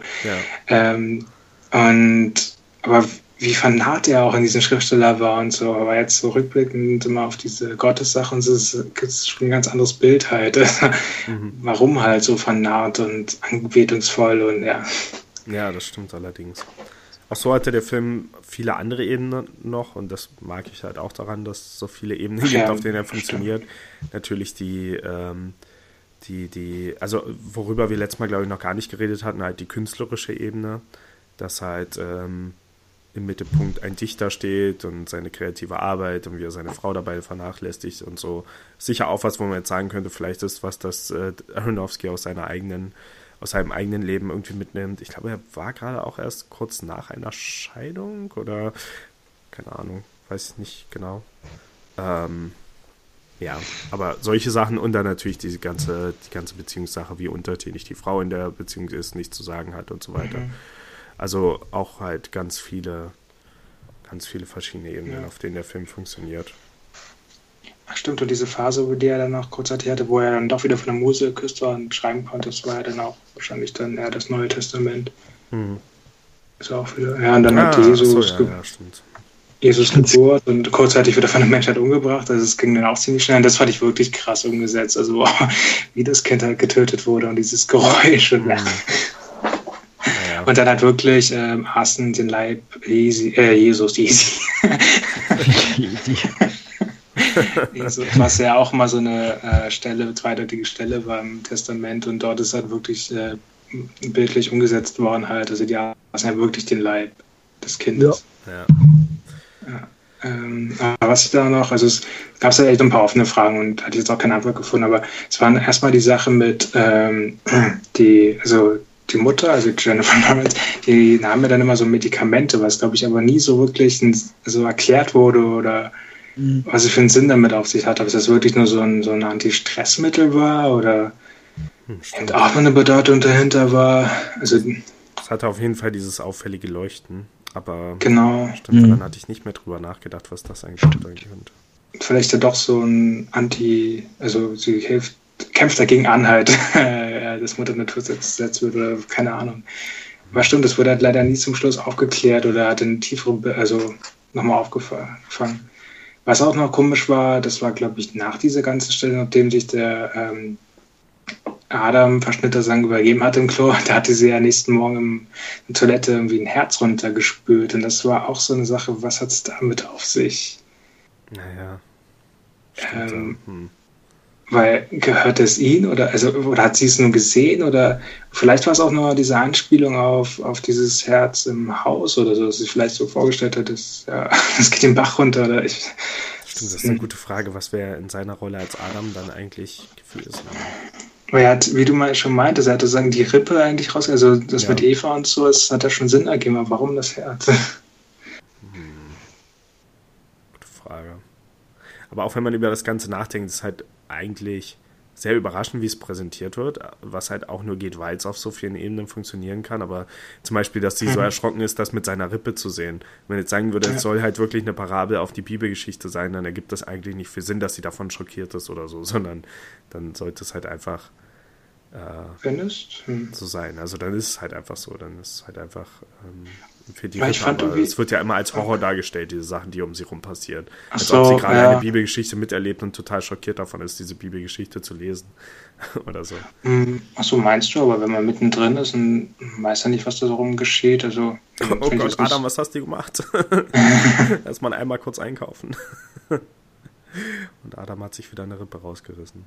aber wie vernarrt er auch in diesen Schriftsteller war und so, aber jetzt so rückblickend immer auf diese Gottessachen, es gibt schon ein ganz anderes Bild halt, warum halt so vernarrt und anbetungsvoll und ja. Ja, das stimmt allerdings. Auch so hatte der Film viele andere Ebenen noch und das mag ich halt auch daran, dass es so viele Ebenen gibt, auf denen er funktioniert. Natürlich also worüber wir letztes Mal, glaube ich, noch gar nicht geredet hatten, halt die künstlerische Ebene, dass halt im Mittelpunkt ein Dichter steht und seine kreative Arbeit und wie er seine Frau dabei vernachlässigt und so. Sicher auch was, wo man jetzt sagen könnte, vielleicht ist was, das Aronofsky aus seinem eigenen Leben irgendwie mitnimmt. Ich glaube, er war gerade auch erst kurz nach einer Scheidung oder keine Ahnung, weiß ich nicht genau. Ja, aber solche Sachen und dann natürlich die ganze Beziehungssache, wie untertänig die Frau in der Beziehung ist, nichts zu sagen hat und so weiter. Also auch halt ganz viele verschiedene Ebenen, auf denen der Film funktioniert. Ach stimmt, und diese Phase, die er dann noch kurzzeitig hatte, wo er dann doch wieder von der Muse geküsst war und schreiben konnte, das war ja dann auch wahrscheinlich dann eher das Neue Testament. Ist auch wieder, ja, und dann hat Jesus Geburt und kurzzeitig wieder von der Menschheit umgebracht, also es ging dann auch ziemlich schnell und das fand ich wirklich krass umgesetzt, also wie das Kind halt getötet wurde und dieses Geräusch und Ja, Und dann hat wirklich Arsen den Leib Jesus. Was ja auch mal so eine zweideutige Stelle war im Testament, und dort ist halt wirklich bildlich umgesetzt worden halt. Also die Arsen ja wirklich den Leib des Kindes. Ja. Was ich da noch, also es gab ja echt ein paar offene Fragen und hatte jetzt auch keine Antwort gefunden, aber es war erstmal die Sache mit die Mutter, also Jennifer Lawrence, die nahm mir dann immer so Medikamente, was glaube ich aber nie so wirklich so erklärt wurde oder was es für einen Sinn damit auf sich hat, ob das wirklich nur so ein Anti-Stressmittel war oder auch eine Bedeutung dahinter war. Also es hatte auf jeden Fall dieses auffällige Leuchten. Aber genau. Stimmt, dann hatte ich nicht mehr drüber nachgedacht, was das eigentlich bedeuten könnte. Vielleicht ja doch so ein sie kämpft dagegen an halt, dass Mutter Natur gesetzt wird oder keine Ahnung. Aber stimmt, das wurde halt leider nie zum Schluss aufgeklärt oder hat in tiefere, nochmal aufgefangen. Was auch noch komisch war, das war glaube ich nach dieser ganzen Stelle, nachdem sich der Adam Verschnittersang übergeben hat im Klo, da hatte sie ja nächsten Morgen in der Toilette irgendwie ein Herz runtergespült. Und das war auch so eine Sache, was hat es damit auf sich? Naja. Weil gehört es ihn oder hat sie es nur gesehen oder vielleicht war es auch nur diese Anspielung auf dieses Herz im Haus oder so, dass sie vielleicht so vorgestellt hat, es geht den Bach runter oder Stimmt, das ist eine gute Frage, was wäre in seiner Rolle als Adam dann eigentlich gefühlt ist. Aber er hat, wie du mal schon meintest, er hat sozusagen die Rippe eigentlich raus, also das mit Eva und so, es hat ja schon Sinn ergeben, aber warum das Herz? Gute Frage. Aber auch wenn man über das Ganze nachdenkt, ist halt eigentlich sehr überraschend, wie es präsentiert wird, was halt auch nur geht, weil es auf so vielen Ebenen funktionieren kann, aber zum Beispiel, dass sie so erschrocken ist, das mit seiner Rippe zu sehen. Wenn man jetzt sagen würde, es soll halt wirklich eine Parabel auf die Bibelgeschichte sein, dann ergibt das eigentlich nicht viel Sinn, dass sie davon schockiert ist oder so, sondern dann sollte es halt einfach so sein. Also dann ist es halt einfach so, dann ist es halt einfach für die Rippe, aber es wird ja immer als Horror dargestellt, diese Sachen, die um sie rum passieren. Als ob sie gerade eine Bibelgeschichte miterlebt und total schockiert davon ist, diese Bibelgeschichte zu lesen oder so. Achso, meinst du, aber wenn man mittendrin ist und weiß ja nicht, was da so rum geschieht, also... Oh Gott, Adam, was hast du gemacht? Erstmal einmal kurz einkaufen. Und Adam hat sich wieder eine Rippe rausgerissen.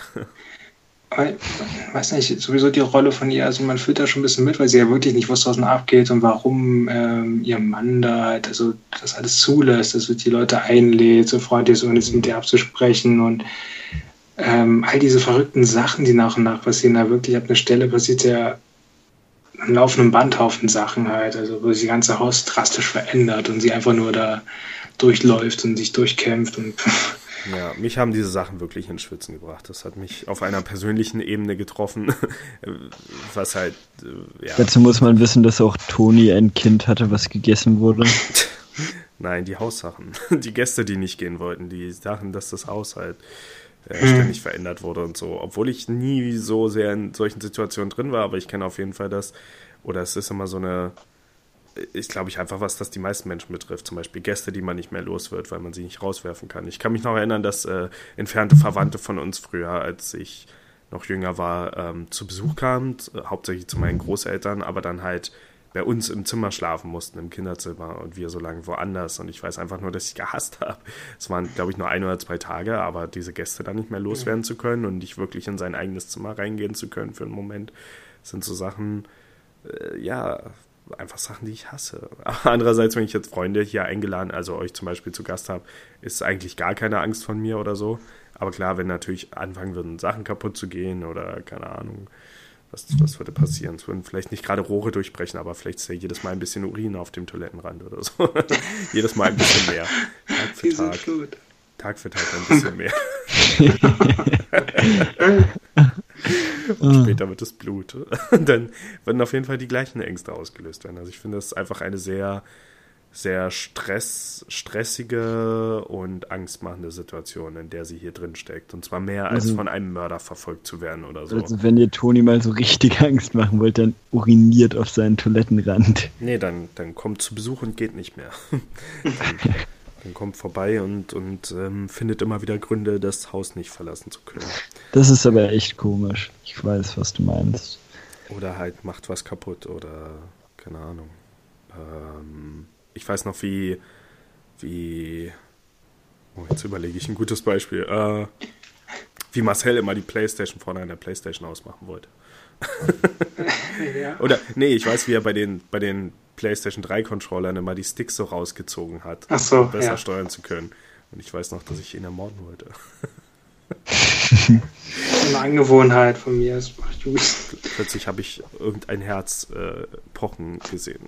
Ich weiß nicht, sowieso die Rolle von ihr, also man fühlt da schon ein bisschen mit, weil sie ja wirklich nicht wusste, was draußen abgeht und warum ihr Mann da halt, also das alles zulässt, dass die Leute einlädt, so freundlich ist, ohne jetzt mit ihr abzusprechen und all diese verrückten Sachen, die nach und nach passieren, da wirklich ab einer Stelle passiert ja am laufenden Bandhaufen Sachen halt, also wo sich das ganze Haus drastisch verändert und sie einfach nur da durchläuft und sich durchkämpft und ja, mich haben diese Sachen wirklich ins Schwitzen gebracht. Das hat mich auf einer persönlichen Ebene getroffen, was halt, Dazu muss man wissen, dass auch Toni ein Kind hatte, was gegessen wurde. Nein, die Haussachen. Die Gäste, die nicht gehen wollten, die Sachen, dass das Haus halt ständig verändert wurde und so. Obwohl ich nie so sehr in solchen Situationen drin war, aber ich kenne auf jeden Fall das, oder es ist immer so eine, ist, glaube ich, einfach was, das die meisten Menschen betrifft. Zum Beispiel Gäste, die man nicht mehr los wird, weil man sie nicht rauswerfen kann. Ich kann mich noch erinnern, dass entfernte Verwandte von uns früher, als ich noch jünger war, zu Besuch kamen, hauptsächlich zu meinen Großeltern, aber dann halt bei uns im Zimmer schlafen mussten, im Kinderzimmer und wir so lange woanders. Und ich weiß einfach nur, dass ich gehasst habe. Es waren, glaube ich, nur 1 oder 2 Tage, aber diese Gäste dann nicht mehr loswerden zu können und nicht wirklich in sein eigenes Zimmer reingehen zu können für einen Moment, sind so Sachen, einfach Sachen, die ich hasse. Aber andererseits, wenn ich jetzt Freunde hier eingeladen, also euch zum Beispiel zu Gast habe, ist eigentlich gar keine Angst von mir oder so. Aber klar, wenn natürlich anfangen würden, Sachen kaputt zu gehen oder keine Ahnung, was würde passieren? Es würden vielleicht nicht gerade Rohre durchbrechen, aber vielleicht ist ja jedes Mal ein bisschen Urin auf dem Toilettenrand oder so. Jedes Mal ein bisschen mehr. Tag für Tag ein bisschen mehr. Und später wird es Blut. Und dann werden auf jeden Fall die gleichen Ängste ausgelöst werden. Also ich finde, das ist einfach eine sehr, sehr stressige und angstmachende Situation, in der sie hier drin steckt. Und zwar mehr als von einem Mörder verfolgt zu werden oder so. Also wenn ihr Toni mal so richtig Angst machen wollt, dann uriniert auf seinen Toilettenrand. Nee, dann kommt zu Besuch und geht nicht mehr. Dann kommt vorbei und findet immer wieder Gründe, das Haus nicht verlassen zu können. Das ist aber echt komisch. Ich weiß, was du meinst. Oder halt macht was kaputt oder keine Ahnung. Ich weiß noch, wie jetzt überlege ich ein gutes Beispiel. Wie Marcel immer die Playstation vorne an der Playstation ausmachen wollte. Ja. Oder, nee, ich weiß, wie er bei den Playstation 3 Controllern immer die Sticks so rausgezogen hat, Ach so, um besser ja. steuern zu können. Und ich weiß noch, dass ich ihn ermorden wollte. Eine Angewohnheit von mir. Das macht gut. Plötzlich habe ich irgendein Herz pochen gesehen.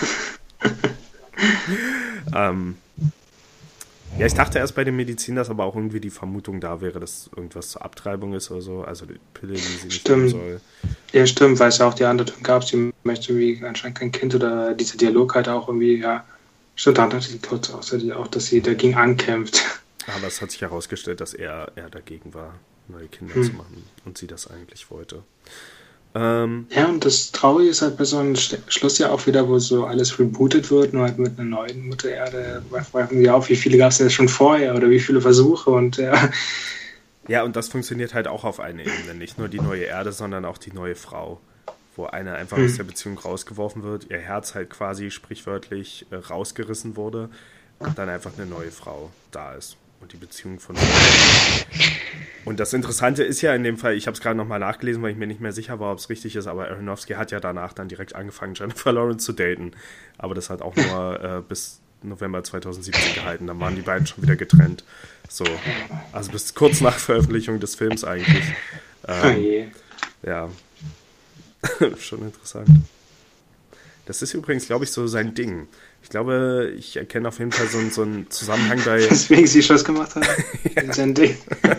Ja, ich dachte erst bei den Medizin, dass aber auch irgendwie die Vermutung da wäre, dass irgendwas zur Abtreibung ist oder so. Also die Pille, die sie nicht nehmen soll. Ja, stimmt, weil es ja auch die Andeutung gab, sie möchte irgendwie anscheinend kein Kind oder dieser Dialog halt auch irgendwie, ja. Stimmt, da hat sie kurz auch, dass sie dagegen ankämpft. Aber es hat sich herausgestellt, dass er dagegen war, neue Kinder zu machen und sie das eigentlich wollte. Ja, und das Traurige ist halt bei so einem Schluss ja auch wieder, wo so alles rebootet wird, nur halt mit einer neuen Mutter Erde. Fragen wir auch, wie viele gab es denn schon vorher oder wie viele Versuche und ja. Ja, und das funktioniert halt auch auf einer Ebene. Nicht nur die neue Erde, sondern auch die neue Frau. Wo einer einfach aus der Beziehung rausgeworfen wird, ihr Herz halt quasi sprichwörtlich rausgerissen wurde und dann einfach eine neue Frau da ist. Und die Beziehung von Und das Interessante ist ja in dem Fall, ich habe es gerade nochmal nachgelesen, weil ich mir nicht mehr sicher war, ob es richtig ist, aber Aronofsky hat ja danach dann direkt angefangen, Jennifer Lawrence zu daten. Aber das hat auch nur bis November 2017 gehalten. Dann waren die beiden schon wieder getrennt. So, also bis kurz nach Veröffentlichung des Films eigentlich. Ja, schon interessant. Das ist übrigens, glaube ich, so sein Ding. Ich glaube, ich erkenne auf jeden Fall so einen Zusammenhang bei... Deswegen sie Schluss gemacht hat. Ja. Sein Ding.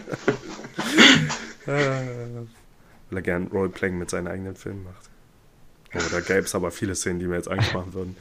Weil er gern Roleplaying mit seinen eigenen Filmen macht. Oh, da gäbe es aber viele Szenen, die mir jetzt Angst machen würden.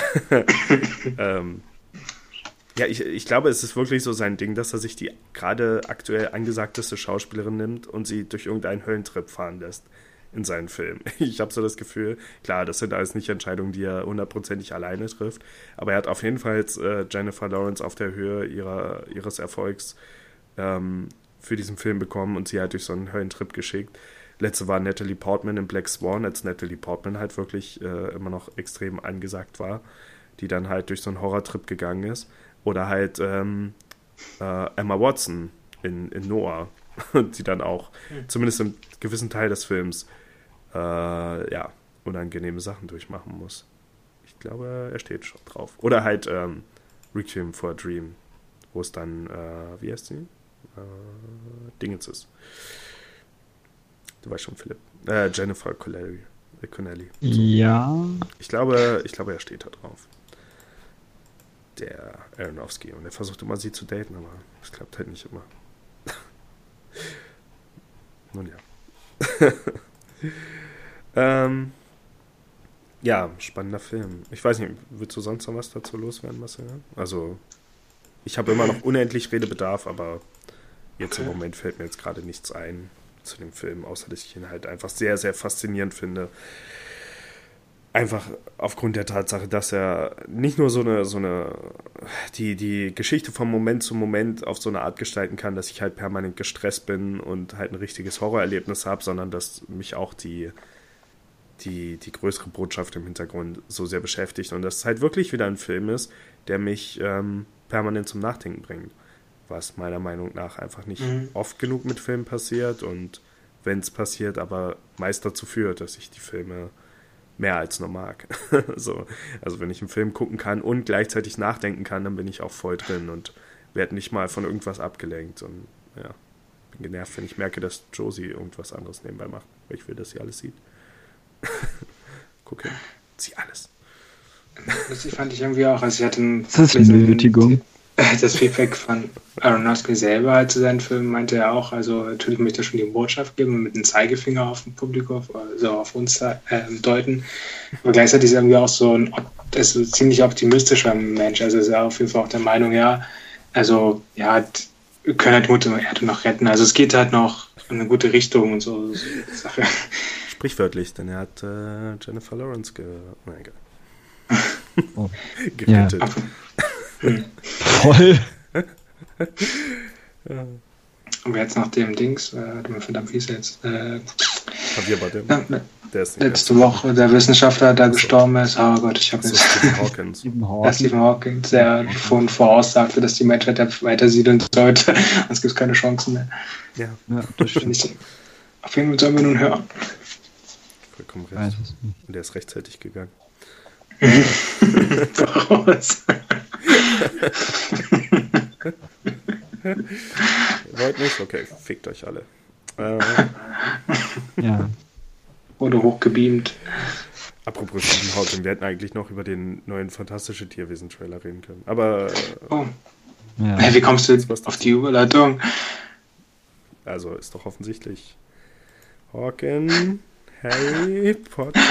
Ja, ich glaube, es ist wirklich so sein Ding, dass er sich die gerade aktuell angesagteste Schauspielerin nimmt und sie durch irgendeinen Höllentrip fahren lässt in seinen Filmen. Ich habe so das Gefühl, klar, das sind alles nicht Entscheidungen, die er hundertprozentig alleine trifft, aber er hat auf jeden Fall jetzt Jennifer Lawrence auf der Höhe ihres Erfolgs für diesen Film bekommen und sie halt durch so einen Höllentrip geschickt. Letzte war Natalie Portman in Black Swan, als Natalie Portman halt wirklich immer noch extrem angesagt war, die dann halt durch so einen Horrortrip gegangen ist. Oder halt Emma Watson in Noah, die dann auch zumindest im gewissen Teil des Films unangenehme Sachen durchmachen muss. Ich glaube, er steht schon drauf. Oder halt Requiem for a Dream, wo es dann, wie heißt sie? Dingens ist. Du weißt schon, Philipp. Jennifer Connelly. So. Ja. Ich glaube, er steht da drauf. Der Aronofsky. Und er versucht immer, sie zu daten, aber es klappt halt nicht immer. Nun ja. Ja, spannender Film. Ich weiß nicht, willst du sonst noch was dazu loswerden, Marcel? Also, ich habe immer noch unendlich Redebedarf, aber jetzt im Moment fällt mir jetzt gerade nichts ein zu dem Film, außer dass ich ihn halt einfach sehr, sehr faszinierend finde. Einfach aufgrund der Tatsache, dass er nicht nur die Geschichte von Moment zu Moment auf so eine Art gestalten kann, dass ich halt permanent gestresst bin und halt ein richtiges Horrorerlebnis habe, sondern dass mich auch die größere Botschaft im Hintergrund so sehr beschäftigt und dass es halt wirklich wieder ein Film ist, der mich permanent zum Nachdenken bringt, was meiner Meinung nach einfach nicht oft genug mit Filmen passiert und wenn es passiert, aber meist dazu führt, dass ich die Filme mehr als nur mag. So, also wenn ich einen Film gucken kann und gleichzeitig nachdenken kann, dann bin ich auch voll drin und werde nicht mal von irgendwas abgelenkt und ja, bin genervt, wenn ich merke, dass Josie irgendwas anderes nebenbei macht, weil ich will, dass sie alles sieht. Guck hin, sieh alles. Das fand ich irgendwie auch, also ich hatte das ist eine Nötigung. Das Feedback von Aronofsky selber halt zu seinen Filmen meinte er auch, also natürlich möchte er schon die Botschaft geben und mit dem Zeigefinger auf dem Publikum, also auf uns deuten, aber gleichzeitig ist er irgendwie auch so ein ziemlich optimistischer Mensch, also ist er auf jeden Fall auch der Meinung, ja, also ja, wir können halt die Mutter Erde noch retten, also es geht halt noch in eine gute Richtung und so Sache. Sprichwörtlich, denn er hat Jennifer Lawrence gerettet. Ja. Voll. Aber jetzt nach dem Dings, verdammt, wie ist er jetzt? Javier Bardem. letzte Woche der Wissenschaftler, der gestorben ist. Oh Gott, ich habe jetzt... Stephen Hawking, der voraussagte, dass die Menschheit weiter siedeln sollte. Sonst gibt es keine Chancen mehr. Ja, das stimmt. Auf jeden Fall sollen wir nun hören. Vollkommen recht. Und der ist rechtzeitig gegangen. Voraus. Wollt nicht? Okay, fickt euch alle. Ja. Wurde hochgebeamt. Apropos Stephen Hawking, wir hätten eigentlich noch über den neuen Fantastische Tierwesen-Trailer reden können. Aber. Ja. Hey, wie kommst du auf die Überleitung? Also, ist doch offensichtlich. Hawking, Harry Potter.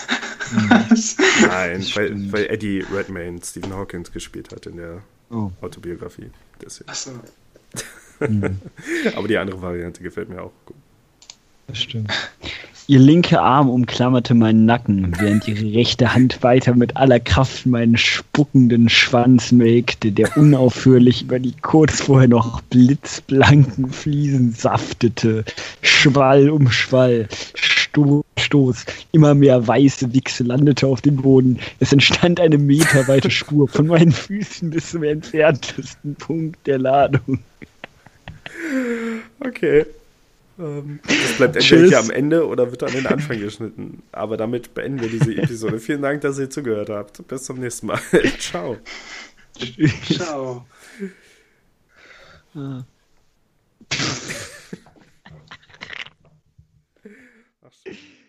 Nein, weil Eddie Redmayne Stephen Hawking gespielt hat in der Autobiografie. Achso. Aber die andere Variante gefällt mir auch gut. Das stimmt. Ihr linker Arm umklammerte meinen Nacken, während ihre rechte Hand weiter mit aller Kraft meinen spuckenden Schwanz melkte, der unaufhörlich über die kurz vorher noch blitzblanken Fliesen saftete. Schwall um Schwall, Stoß, immer mehr weiße Wichse landete auf dem Boden. Es entstand eine meterweite Spur von meinen Füßen bis zum entferntesten Punkt der Ladung. Okay. Das bleibt entweder hier am Ende oder wird an den Anfang geschnitten. Aber damit beenden wir diese Episode. Vielen Dank, dass ihr zugehört habt. Bis zum nächsten Mal. Ciao. Ciao. Ach, schön.